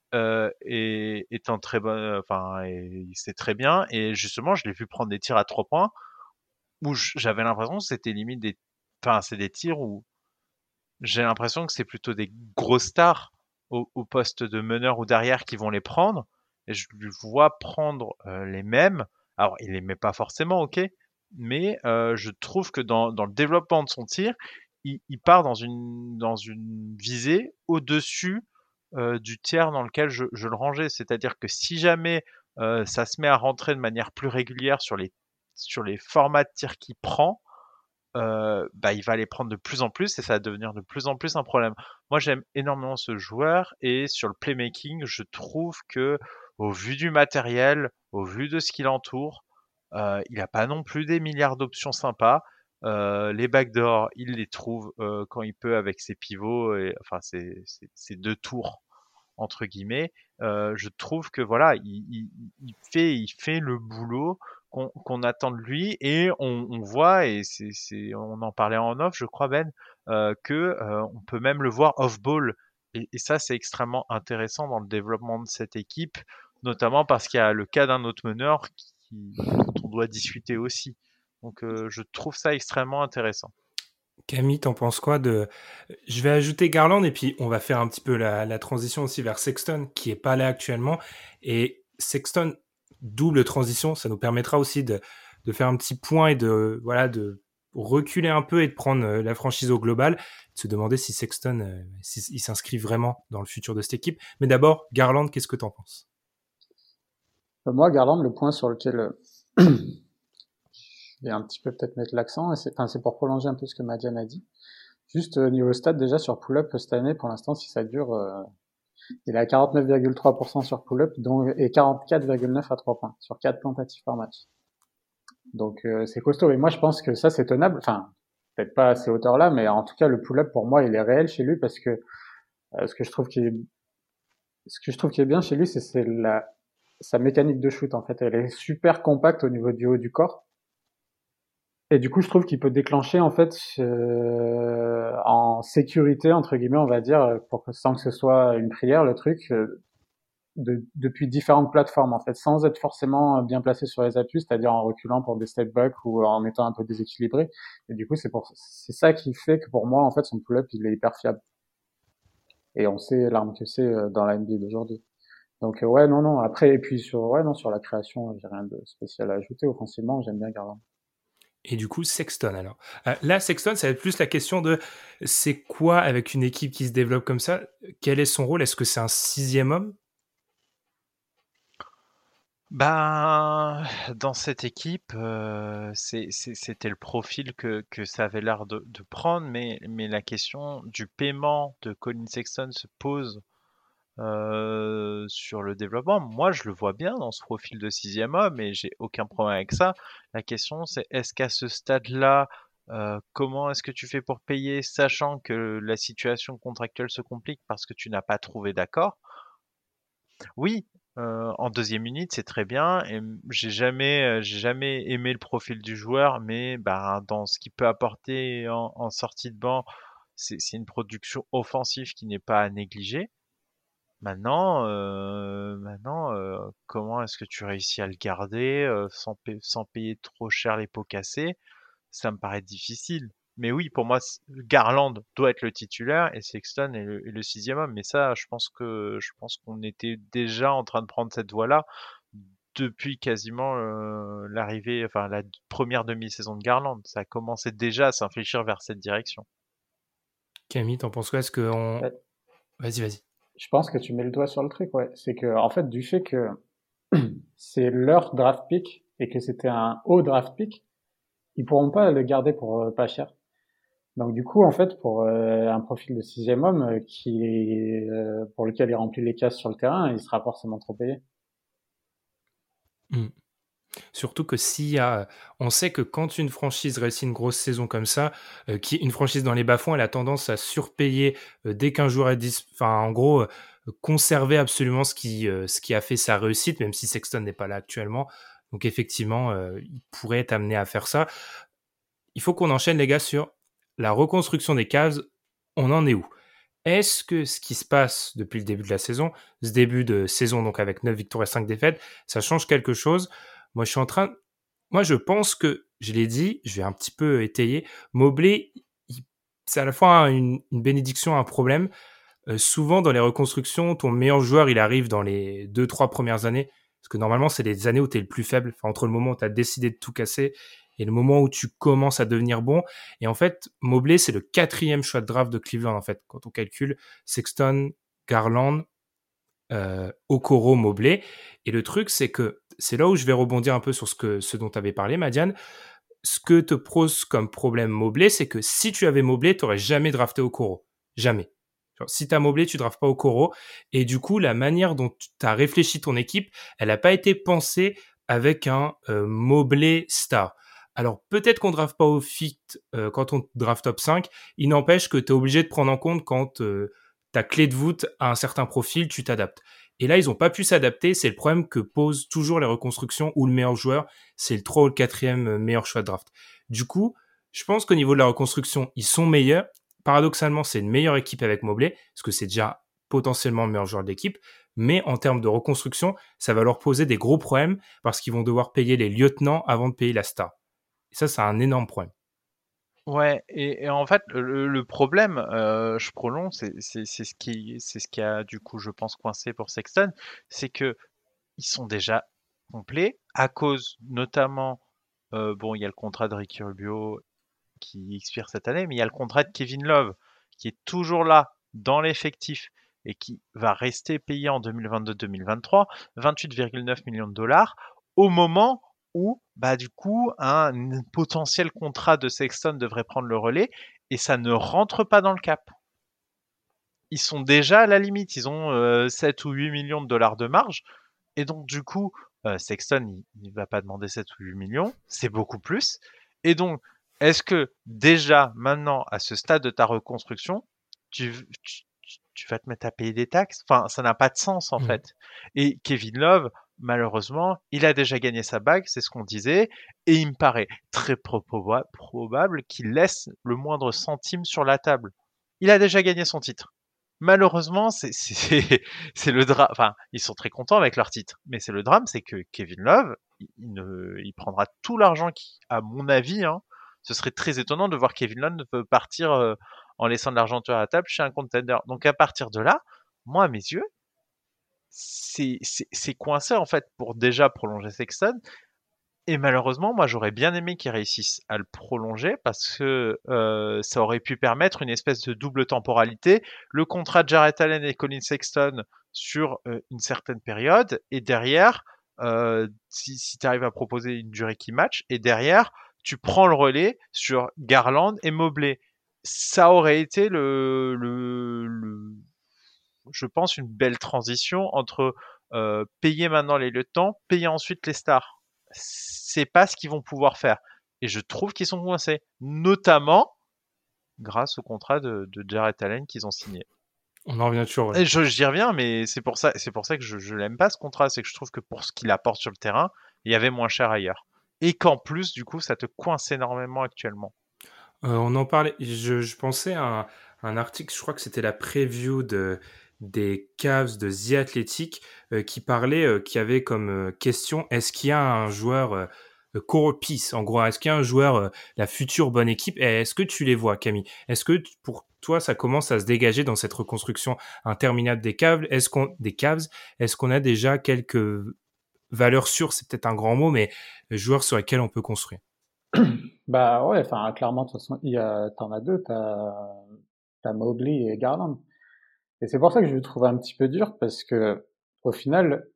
est un très bon, enfin, c'est très bien. Et justement, je l'ai vu prendre des tirs à 3 points où j'avais l'impression que c'était limite enfin, c'est des tirs où j'ai l'impression que c'est plutôt des grosses stars au poste de meneur ou d'arrière qui vont les prendre. Et je le vois prendre les mêmes. Alors, il les met pas forcément, ok, mais je trouve que dans le développement de son tir, il part dans une visée au-dessus du tiers dans lequel je le rangeais. C'est-à-dire que si jamais ça se met à rentrer de manière plus régulière sur les formats de tir qu'il prend, bah, il va les prendre de plus en plus et ça va devenir de plus en plus un problème. Moi, j'aime énormément ce joueur et sur le playmaking, je trouve que au vu du matériel, au vu de ce qui l'entoure, il a pas non plus des milliards d'options sympas. Les backdoors, il les trouve quand il peut avec ses pivots et enfin ses 2 tours entre guillemets. Je trouve que voilà, il fait le boulot qu'on attend de lui et on voit et on en parlait en off, je crois Ben, que on peut même le voir off ball et ça c'est extrêmement intéressant dans le développement de cette équipe, notamment parce qu'il y a le cas d'un autre meneur dont on doit discuter aussi. Donc je trouve ça extrêmement intéressant. Camille, t'en penses quoi Je vais ajouter Garland et puis on va faire un petit peu la transition aussi vers Sexton, qui est pas là actuellement. Et Sexton, double transition, ça nous permettra aussi de faire un petit point et de reculer un peu et de prendre la franchise au global, de se demander si Sexton, il s'inscrit vraiment dans le futur de cette équipe. Mais d'abord, Garland, qu'est-ce que t'en penses? Moi, Garland, le point sur lequel je vais un petit peu peut-être mettre l'accent, et c'est pour prolonger un peu ce que Madiane a dit. Juste niveau stat, déjà sur pull-up cette année, pour l'instant, si ça dure, il est à 49,3% sur pull-up et 44,9 à 3 points, sur 4 tentatives par match. Donc c'est costaud. Et moi, je pense que ça, c'est tenable. Enfin, peut-être pas à ces hauteurs-là, mais en tout cas, le pull-up, pour moi, il est réel chez lui parce que ce que je trouve qui est bien chez lui, c'est sa mécanique de shoot, en fait. Elle est super compacte au niveau du haut du corps. Et du coup, je trouve qu'il peut déclencher, en fait, en sécurité, entre guillemets, on va dire, sans que ce soit une prière, le truc, depuis différentes plateformes, en fait, sans être forcément bien placé sur les appuis, c'est-à-dire en reculant pour des step back ou en étant un peu déséquilibré. Et du coup, c'est ça qui fait que pour moi, en fait, son pull-up, il est hyper fiable. Et on sait l'arme que c'est dans la NBA d'aujourd'hui. Donc ouais, non, non. Après, et puis sur la création, j'ai rien de spécial à ajouter. Offensivement, j'aime bien Garland. Et du coup, Sexton alors. Là, Sexton, ça va être plus la question de c'est quoi avec une équipe qui se développe comme ça? Quel est son rôle? Est-ce que c'est un 6e homme? Ben, dans cette équipe, c'était le profil que ça avait l'air de prendre, mais la question du paiement de Colin Sexton se pose sur le développement. Moi, je le vois bien dans ce profil de 6e homme et j'ai aucun problème avec ça. La question, c'est est-ce qu'à ce stade-là, comment est-ce que tu fais pour payer, sachant que la situation contractuelle se complique parce que tu n'as pas trouvé d'accord? Oui, en deuxième unité, c'est très bien et j'ai jamais aimé le profil du joueur, mais bah, dans ce qu'il peut apporter en sortie de banc, c'est une production offensive qui n'est pas à négliger. Maintenant, comment est-ce que tu réussis à le garder sans payer trop cher les pots cassés? Ça me paraît difficile. Mais oui, pour moi, Garland doit être le titulaire et Sexton est le 6e homme. Mais ça, je pense qu'on était déjà en train de prendre cette voie-là depuis quasiment l'arrivée, enfin la première demi-saison de Garland. Ça a commencé déjà à s'infléchir vers cette direction. Camille, t'en penses quoi? Est-ce que on... Ouais, Vas-y, vas-y. je pense que tu mets le doigt sur le truc, ouais. C'est que, en fait, du fait que c'est leur draft pick et que c'était un haut draft pick, ils pourront pas le garder pour pas cher. Donc du coup, en fait, pour un profil de 6e homme pour lequel il remplit les cases sur le terrain, il sera forcément trop payé. Mm. Surtout que s'il y a, on sait que quand une franchise réussit une grosse saison comme ça, une franchise dans les bas-fonds, elle a tendance à surpayer dès qu'un joueur est enfin en gros conserver absolument ce qui a fait sa réussite, même si Sexton n'est pas là actuellement. Donc effectivement, il pourrait être amené à faire ça. Il faut qu'on enchaîne les gars sur la reconstruction des cases. On en est où? Est-ce que ce qui se passe depuis le début de la saison, ce début de saison donc avec 9 victoires et 5 défaites, ça change quelque chose? Moi, je pense que, je l'ai dit, je vais un petit peu étayer, Mobley, c'est à la fois une bénédiction, un problème. Souvent, dans les reconstructions, ton meilleur joueur, il arrive dans les 2-3 premières années, parce que normalement, c'est les années où tu es le plus faible, enfin, entre le moment où tu as décidé de tout casser et le moment où tu commences à devenir bon. Et en fait, Mobley, c'est le 4e choix de draft de Cleveland, en fait, quand on calcule Sexton, Garland, Okoro, Mobley. Et le truc, c'est que c'est là où je vais rebondir un peu sur ce dont tu avais parlé, Madiane. Ce que te pose comme problème Mobley, c'est que si tu avais Mobley, tu n'aurais jamais drafté Okoro. Jamais. Genre, si tu as Mobley, tu draftes pas Okoro. Et du coup, la manière dont tu as réfléchi ton équipe, elle n'a pas été pensée avec un Mobley star. Alors, peut-être qu'on draft pas au fit quand on draft top 5. Il n'empêche que tu es obligé de prendre en compte quand ta clé de voûte a un certain profil, tu t'adaptes. Et là, ils n'ont pas pu s'adapter. C'est le problème que posent toujours les reconstructions où le meilleur joueur, c'est le 3 ou le 4e meilleur choix de draft. Du coup, je pense qu'au niveau de la reconstruction, ils sont meilleurs. Paradoxalement, c'est une meilleure équipe avec Mobley, parce que c'est déjà potentiellement le meilleur joueur de l'équipe. Mais en termes de reconstruction, ça va leur poser des gros problèmes parce qu'ils vont devoir payer les lieutenants avant de payer la star. Et ça, c'est un énorme problème. Ouais, et en fait, le problème, je prolonge, c'est ce qui a du coup, je pense, coincé pour Sexton, c'est que ils sont déjà complets à cause notamment, bon, il y a le contrat de Ricky Rubio qui expire cette année, mais il y a le contrat de Kevin Love qui est toujours là dans l'effectif et qui va rester payé en 2022-2023, 28,9 millions de dollars, au moment où, bah, du coup, un potentiel contrat de Sexton devrait prendre le relais et ça ne rentre pas dans le cap. Ils sont déjà à la limite, ils ont 7 ou 8 millions de dollars de marge Et donc, du coup, Sexton, il va pas demander 7 ou 8 millions, c'est beaucoup plus. Et donc, est-ce que déjà, maintenant, à ce stade de ta reconstruction, tu, tu vas te mettre à payer des taxes? Enfin, ça n'a pas de sens, en fait. Et Kevin Love, malheureusement, il a déjà gagné sa bague, c'est ce qu'on disait, et il me paraît très probable qu'il laisse le moindre centime sur la table. Il a déjà gagné son titre. Malheureusement, c'est le drame. Enfin, ils sont très contents avec leur titre, mais c'est le drame, c'est que Kevin Love, il prendra tout l'argent qui, à mon avis, hein, ce serait très étonnant de voir Kevin Love partir en laissant de l'argent sur la table chez un contender. Donc à partir de là, moi à mes yeux, c'est coincé en fait pour déjà prolonger Sexton. Et malheureusement, moi j'aurais bien aimé qu'ils réussissent à le prolonger parce que ça aurait pu permettre une espèce de double temporalité. Le contrat de Jarrett Allen et Colin Sexton sur une certaine période, et derrière, si tu arrives à proposer une durée qui match, et derrière, tu prends le relais sur Garland et Mobley. Ça aurait été je pense, une belle transition entre payer maintenant les lieutenants, payer ensuite les stars. C'est pas ce qu'ils vont pouvoir faire. Et je trouve qu'ils sont coincés, notamment grâce au contrat de Jarrett Allen qu'ils ont signé. On en revient toujours. Ouais. Et j'y reviens, mais c'est pour ça que je l'aime pas ce contrat, c'est que je trouve que pour ce qu'il apporte sur le terrain, il y avait moins cher ailleurs. Et qu'en plus, du coup, ça te coince énormément actuellement. On en parlait. Je pensais à un article, je crois que c'était la preview des Cavs de The Athletic qui parlait, qui avait comme question, est-ce qu'il y a un joueur core piece, en gros, est-ce qu'il y a un joueur, la future bonne équipe, et est-ce que tu les vois, Camille? Est-ce que pour toi, ça commence à se dégager dans cette reconstruction interminable des Cavs? Est-ce qu'on a déjà quelques valeurs sûres, c'est peut-être un grand mot, mais joueurs sur lesquels on peut construire? Bah ouais, enfin clairement de toute façon, t'en as deux, t'as Mobley et Garland. Et c'est pour ça que je le trouve un petit peu dur parce que au final,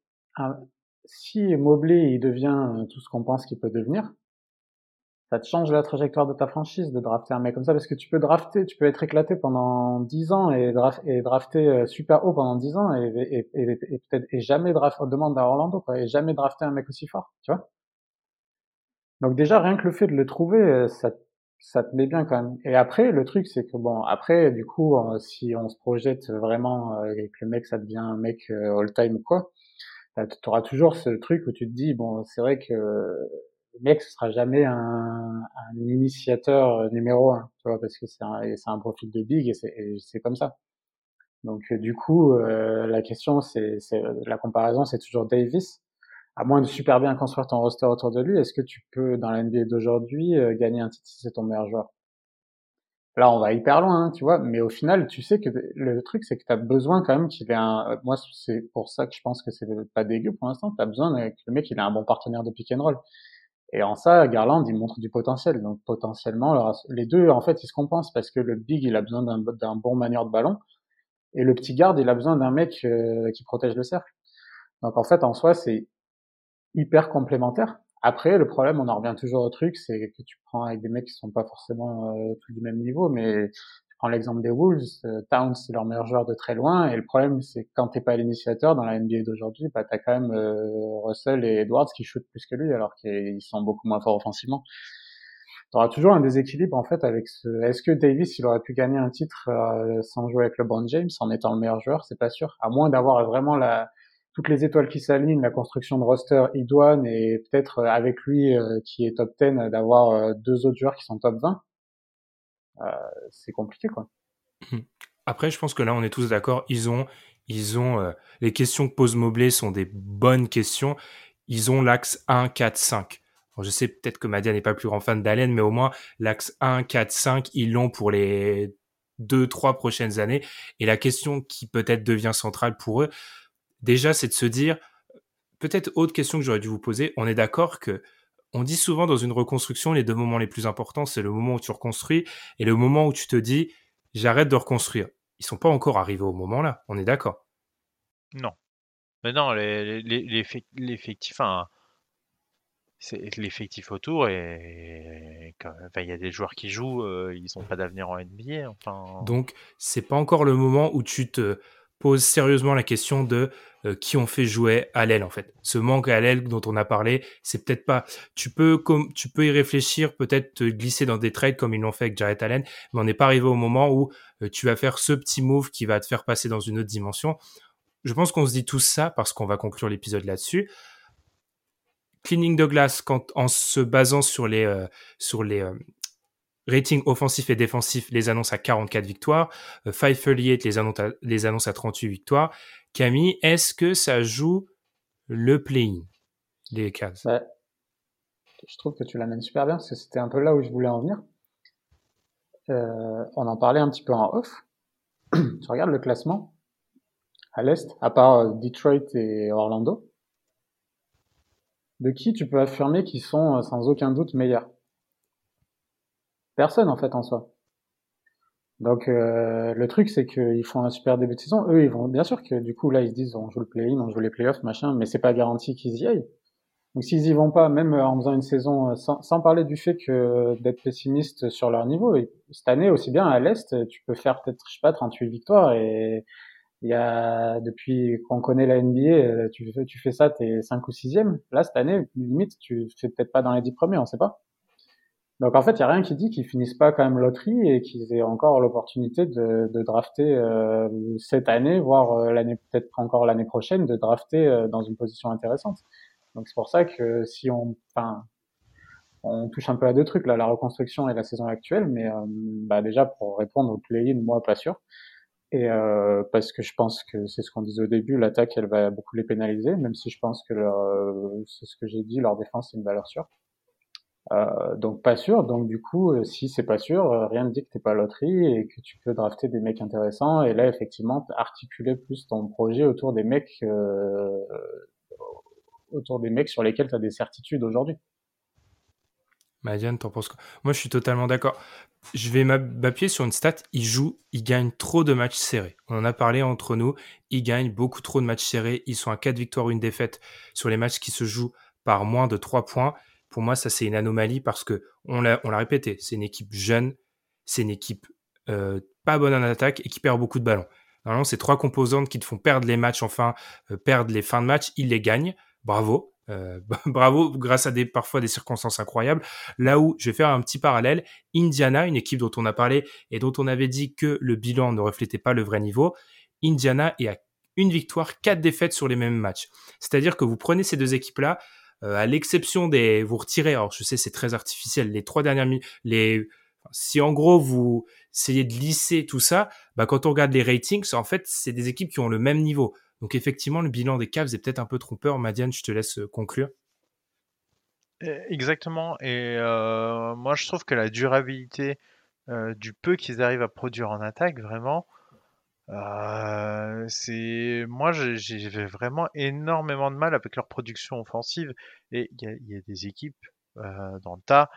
si Mobley il devient tout ce qu'on pense qu'il peut devenir, ça te change la trajectoire de ta franchise de drafter un mec comme ça parce que tu peux être éclaté pendant 10 ans et drafter super haut pendant 10 ans et peut-être et jamais demande à Orlando quoi, et jamais drafter un mec aussi fort, tu vois. Donc déjà, rien que le fait de le trouver, ça te met bien quand même. Et après, le truc, c'est que bon, après, du coup, si on se projette vraiment et que le mec, ça devient un mec all-time ou quoi, t'auras toujours ce truc où tu te dis, bon, c'est vrai que le mec, ce sera jamais un initiateur numéro un, tu vois, parce que c'est un profil de big et c'est comme ça. Donc du coup, la question, la comparaison, c'est toujours Davis à moins de super bien construire ton roster autour de lui, est-ce que tu peux, dans la NBA d'aujourd'hui, gagner un titre si c'est ton meilleur joueur? Là, on va hyper loin, hein, tu vois, mais au final, tu sais que le truc, c'est que tu as besoin quand même qu'il ait moi, c'est pour ça que je pense que c'est pas dégueu pour l'instant, tu as besoin que le mec, il ait un bon partenaire de pick and roll. Et en ça, Garland, il montre du potentiel. Donc, potentiellement, les deux, en fait, ils se compensent parce que le big, il a besoin d'un bon manieur de ballon et le petit garde, il a besoin d'un mec qui protège le cercle. Donc, en fait, en soi, c'est hyper complémentaires. Après, le problème, on en revient toujours au truc, c'est que tu prends avec des mecs qui sont pas forcément tous du même niveau, mais tu prends l'exemple des Wolves, Towns, c'est leur meilleur joueur de très loin, et le problème, c'est que quand t'es pas l'initiateur dans la NBA d'aujourd'hui, bah t'as quand même Russell et Edwards qui shootent plus que lui, alors qu'ils sont beaucoup moins forts offensivement. T'auras toujours un déséquilibre en fait avec Est-ce que Davis il aurait pu gagner un titre sans jouer avec LeBron James en étant le meilleur joueur? C'est pas sûr. À moins d'avoir vraiment toutes les étoiles qui s'alignent, la construction de roster idoine et peut-être avec lui qui est top 10 d'avoir deux autres joueurs qui sont top 20. C'est compliqué quoi. Après, je pense que là, on est tous d'accord. Ils ont les questions que pose Mobley sont des bonnes questions. Ils ont l'axe 1, 4, 5. Alors, je sais peut-être que Madia n'est pas le plus grand fan d'Allen, mais au moins, l'axe 1, 4, 5, ils l'ont pour les 2-3 prochaines années. Et la question qui peut-être devient centrale pour eux, déjà, c'est de se dire, peut-être autre question que j'aurais dû vous poser, on est d'accord que on dit souvent dans une reconstruction, les deux moments les plus importants, c'est le moment où tu reconstruis et le moment où tu te dis, j'arrête de reconstruire. Ils sont pas encore arrivés au moment-là, on est d'accord? Non. Mais non, l'effectif, enfin, c'est l'effectif autour et il y a des joueurs qui jouent, ils ont pas d'avenir en NBA, enfin. Donc, c'est pas encore le moment où tu te pose sérieusement la question de qui on fait jouer à l'aile, en fait. Ce manque à l'aile dont on a parlé, c'est peut-être pas... Tu peux y réfléchir, peut-être te glisser dans des trades comme ils l'ont fait avec Jarrett Allen, mais on n'est pas arrivé au moment où tu vas faire ce petit move qui va te faire passer dans une autre dimension. Je pense qu'on se dit tous ça parce qu'on va conclure l'épisode là-dessus. Cleaning the glass, en se basant sur les ratings offensifs et défensifs, les annonce à 44 victoires. 538 les annonce à 38 victoires. Camille, est-ce que ça joue le play-in, les Cavs? Ouais. Je trouve que tu l'amènes super bien, parce que c'était un peu là où je voulais en venir. On en parlait un petit peu en off. Tu regardes le classement à l'Est, à part Detroit et Orlando. De qui tu peux affirmer qu'ils sont sans aucun doute meilleurs? Personne, en fait, en soi. Donc le truc, c'est qu'ils font un super début de saison. Eux, ils vont, bien sûr que du coup là, ils se disent on joue le play-in, on joue les playoffs, machin, mais c'est pas garanti qu'ils y aillent. Donc s'ils y vont pas, même en faisant une saison, sans parler du fait que d'être pessimiste sur leur niveau, et cette année aussi bien à l'Est, tu peux faire peut-être, je sais pas, 38 victoires, et il y a, depuis qu'on connaît la NBA, tu fais ça, t'es 5 ou 6e. Là, cette année, limite, tu fais peut-être pas dans les 10 premiers, on sait pas. Donc en fait, il y a rien qui dit qu'ils finissent pas quand même loterie et qu'ils aient encore l'opportunité de drafter cette année, voire l'année, peut-être encore l'année prochaine, de drafter dans une position intéressante. Donc c'est pour ça que si on touche un peu à deux trucs là, la reconstruction et la saison actuelle, mais déjà pour répondre au play-in, moi pas sûr. Et parce que je pense que c'est ce qu'on disait au début, l'attaque elle va beaucoup les pénaliser, même si je pense que c'est ce que j'ai dit, leur défense c'est une valeur sûre. Donc pas sûr, donc du coup si c'est pas sûr, rien ne dit que t'es pas à loterie et que tu peux drafter des mecs intéressants et là effectivement articuler plus ton projet autour des mecs sur lesquels t'as des certitudes aujourd'hui. Diane, t'en penses quoi? Moi je suis totalement d'accord. Je vais m'appuyer sur une stat, ils gagnent trop de matchs serrés. On en a parlé entre nous, ils gagnent beaucoup trop de matchs serrés, ils sont à 4 victoires, 1 défaite sur les matchs qui se jouent par moins de 3 points. Pour moi, ça, c'est une anomalie parce que on l'a répété, c'est une équipe jeune, c'est une équipe pas bonne en attaque et qui perd beaucoup de ballons. Normalement, c'est 3 composantes qui te font perdre les matchs, perdre les fins de match, ils les gagnent. Bravo. Bravo, grâce à parfois des circonstances incroyables. Là où je vais faire un petit parallèle, Indiana, une équipe dont on a parlé et dont on avait dit que le bilan ne reflétait pas le vrai niveau, Indiana est à 1 victoire, 4 défaites sur les mêmes matchs. C'est-à-dire que vous prenez ces deux équipes-là, à l'exception vous retirez, alors je sais c'est très artificiel, les 3 dernières si en gros vous essayez de lisser tout ça, quand on regarde les ratings, en fait c'est des équipes qui ont le même niveau. Donc effectivement le bilan des Cavs est peut-être un peu trompeur. Madiane, je te laisse conclure. Exactement, et moi je trouve que la durabilité du peu qu'ils arrivent à produire en attaque, vraiment, j'ai vraiment énormément de mal avec leur production offensive. Et il y a des équipes dans le tas.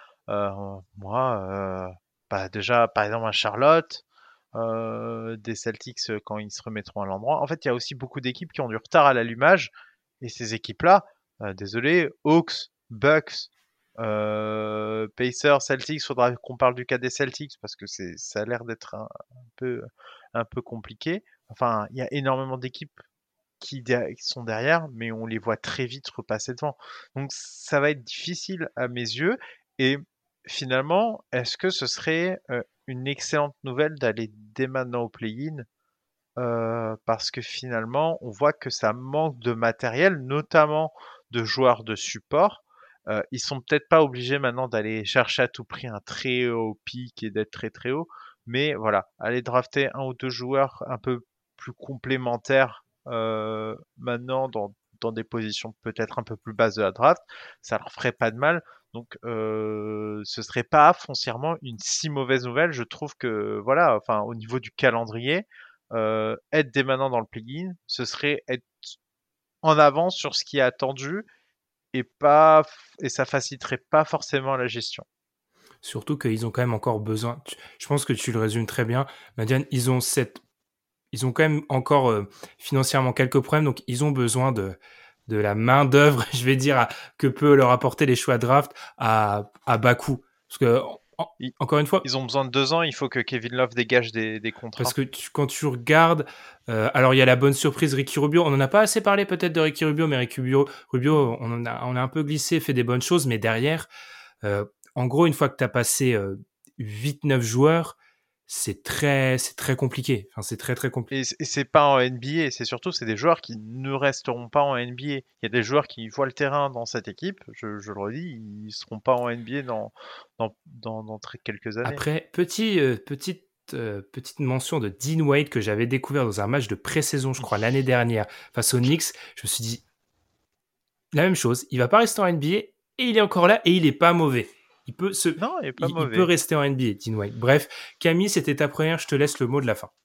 Déjà, par exemple, à Charlotte, des Celtics quand ils se remettront à l'endroit. En fait, il y a aussi beaucoup d'équipes qui ont du retard à l'allumage. Et ces équipes-là, désolé, Hawks, Bucks, Pacers, Celtics, faudra qu'on parle du cas des Celtics parce que ça a l'air d'être un peu compliqué. Enfin, il y a énormément d'équipes qui sont derrière, mais on les voit très vite repasser devant. Donc ça va être difficile à mes yeux. Et finalement, est-ce que ce serait une excellente nouvelle d'aller dès maintenant au play-in parce que finalement, on voit que ça manque de matériel, notamment de joueurs de support. Ils sont peut-être pas obligés maintenant d'aller chercher à tout prix un très haut pic et d'être très très haut, mais voilà, aller drafter 1 ou 2 joueurs un peu plus complémentaires maintenant dans des positions peut-être un peu plus basses de la draft, ça leur ferait pas de mal. Donc ce serait pas foncièrement une si mauvaise nouvelle. Je trouve que voilà, enfin au niveau du calendrier, être dès maintenant dans le play-in, ce serait être en avance sur ce qui est attendu et ça faciliterait pas forcément la gestion. Surtout qu'ils ont quand même encore besoin. Je pense que tu le résumes très bien, Madiane. Ils ont quand même encore financièrement quelques problèmes, donc ils ont besoin de la main d'œuvre, je vais dire, que peut leur apporter les choix de draft à bas coût. Parce que Encore une fois, ils ont besoin de 2 ans. Il faut que Kevin Love dégage des contrats. Parce que quand tu regardes, alors il y a la bonne surprise Ricky Rubio. On en a pas assez parlé peut-être de Ricky Rubio, mais Ricky Rubio, on a un peu glissé, fait des bonnes choses, mais derrière, en gros, une fois que tu as passé 8-9 joueurs, c'est très compliqué. Enfin, c'est très compliqué. Et c'est pas en NBA, c'est des joueurs qui ne resteront pas en NBA. Il y a des joueurs qui voient le terrain dans cette équipe, je le redis, ils seront pas en NBA dans quelques années. Après, petite mention de Dean Wade que j'avais découvert dans un match de pré-saison, je crois, l'année dernière, face aux Knicks. Je me suis dit, la même chose, il va pas rester en NBA, et il est encore là, et il est pas mauvais. Il peut rester en NBA, Dean Wade. Bref, Camille, c'était ta première, je te laisse le mot de la fin.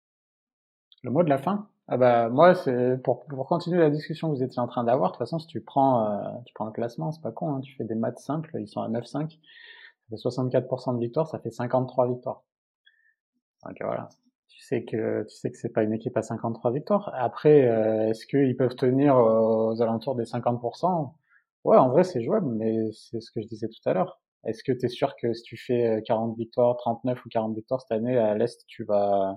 Le mot de la fin? Ah bah, moi, c'est pour continuer la discussion que vous étiez en train d'avoir. De toute façon, si tu prends le classement, c'est pas con, hein, tu fais des maths simples, ils sont à 9-5, ça fait 64% de victoires, ça fait 53 victoires. Donc voilà. Tu sais que c'est pas une équipe à 53 victoires. Après, est-ce qu'ils peuvent tenir aux alentours des 50%? Ouais, en vrai, c'est jouable, mais c'est ce que je disais tout à l'heure. Est-ce que t'es sûr que si tu fais 40 victoires, 39 ou 40 victoires cette année à l'Est, tu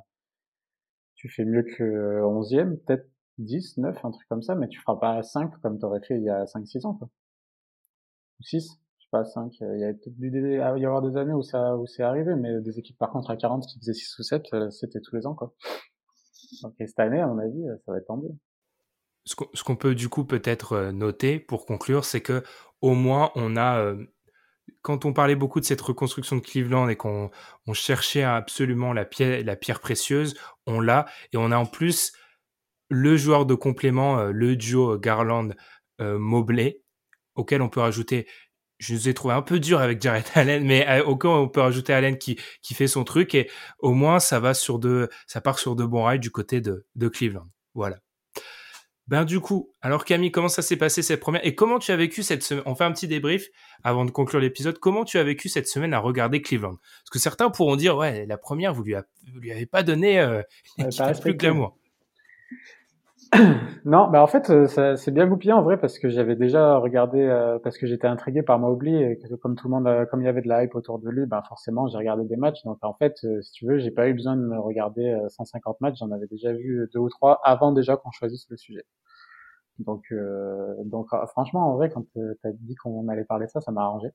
fais mieux que 11e, peut-être 10, 9, un truc comme ça, mais tu feras pas 5 comme t'aurais fait il y a 5-6 ans, quoi. Ou 6, je sais pas, 5. Il y a peut-être dû y avoir des années où c'est arrivé, mais des équipes par contre à 40 qui faisaient 6 ou 7, c'était tous les ans, quoi. Donc cette année, à mon avis, ça va être tendu. Ce qu'on peut du coup peut-être noter pour conclure, c'est que au moins on a, quand on parlait beaucoup de cette reconstruction de Cleveland et qu'on cherchait absolument la pierre précieuse, on l'a, et on a en plus le joueur de complément, le duo Garland-Mobley, auquel on peut rajouter, je nous ai trouvé un peu dur avec Jarrett Allen, mais auquel on peut rajouter Allen qui fait son truc, et au moins ça part sur de bons rails du côté de Cleveland. Voilà. Ben du coup, alors Camille, comment ça s'est passé cette première, et comment tu as vécu cette semaine? On fait un petit débrief avant de conclure l'épisode. Comment tu as vécu cette semaine à regarder Cleveland? Parce que certains pourront dire, ouais, la première, vous lui avez pas donné une équipe plus glamour. Non, bah en fait, ça c'est bien goupillé en vrai parce que j'avais déjà regardé, parce que j'étais intrigué par Mobley et que comme tout le monde, comme il y avait de la hype autour de lui, bah forcément j'ai regardé des matchs. Donc en fait, si tu veux, j'ai pas eu besoin de me regarder 150 matchs. J'en avais déjà vu 2 ou 3 avant déjà qu'on choisisse le sujet. Donc franchement, en vrai, quand t'as dit qu'on allait parler de ça, ça m'a arrangé.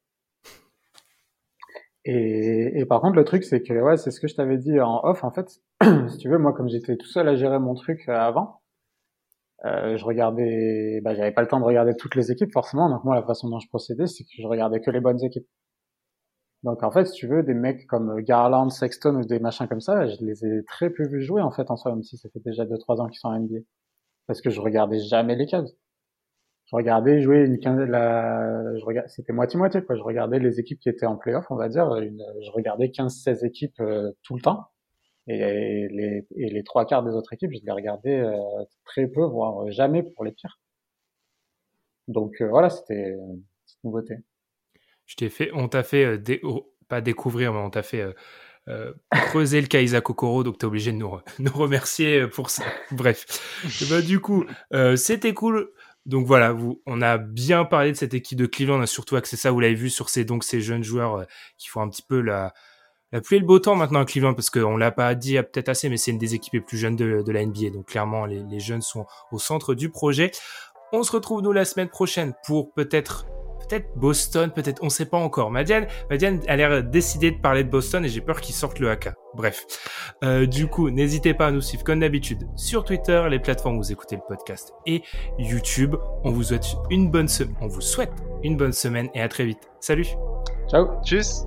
Et par contre, le truc, c'est que ouais, c'est ce que je t'avais dit en off. En fait, si tu veux, moi, comme j'étais tout seul à gérer mon truc avant. Je regardais, j'avais pas le temps de regarder toutes les équipes forcément, donc moi la façon dont je procédais, c'est que je regardais que les bonnes équipes. Donc en fait, si tu veux, des mecs comme Garland, Sexton ou des machins comme ça, je les ai très peu vus jouer en fait en soi, même si ça fait déjà 2-3 ans qu'ils sont en NBA. Parce que je regardais jamais les Cavs. Je regardais jouer c'était moitié-moitié quoi. Je regardais les équipes qui étaient en play-off, on va dire, je regardais 15-16 équipes tout le temps. Et les 3/4 des autres équipes, je les regardais très peu, voire jamais pour les pires. Donc voilà, c'était une petite nouveauté. On t'a fait pas découvrir, mais on t'a fait creuser le cas Isaac Okoro, donc t'es obligé de nous remercier pour ça. Bref, et du coup, c'était cool. Donc voilà, on a bien parlé de cette équipe de Cleveland, on a surtout axé ça, vous l'avez vu, sur ces jeunes joueurs qui font un petit peu la pluie et le beau temps maintenant à Cleveland, parce qu'on l'a pas dit peut-être assez, mais c'est une des équipes les plus jeunes de la NBA. Donc clairement, les jeunes sont au centre du projet. On se retrouve nous la semaine prochaine pour peut-être Boston, peut-être, on sait pas encore. Madiane a l'air décidée de parler de Boston et j'ai peur qu'ils sortent le haka. Bref. Du coup, n'hésitez pas à nous suivre comme d'habitude sur Twitter, les plateformes où vous écoutez le podcast et YouTube. On vous souhaite une bonne semaine et à très vite. Salut. Ciao. Tchuss.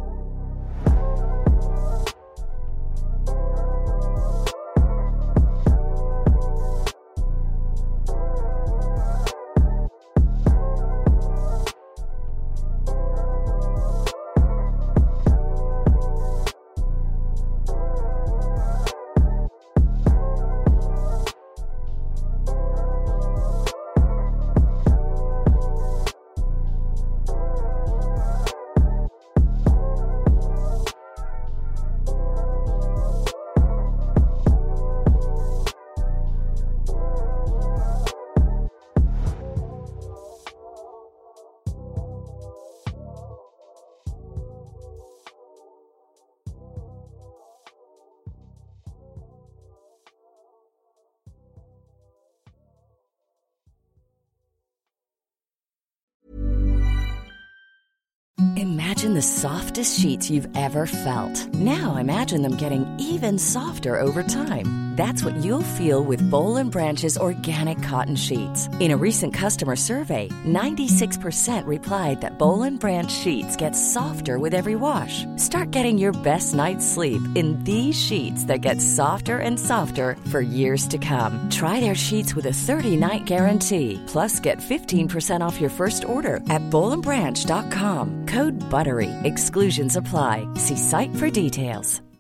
imagine the softest sheets you've ever felt. Now imagine them getting even softer over time. That's what you'll feel with Boll & Branch's organic cotton sheets. In a recent customer survey, 96% replied that Boll & Branch sheets get softer with every wash. Start getting your best night's sleep in these sheets that get softer and softer for years to come. Try their sheets with a 30-night guarantee. Plus, get 15% off your first order at bollandbranch.com. Code BUTTERY. Exclusions apply. See site for details.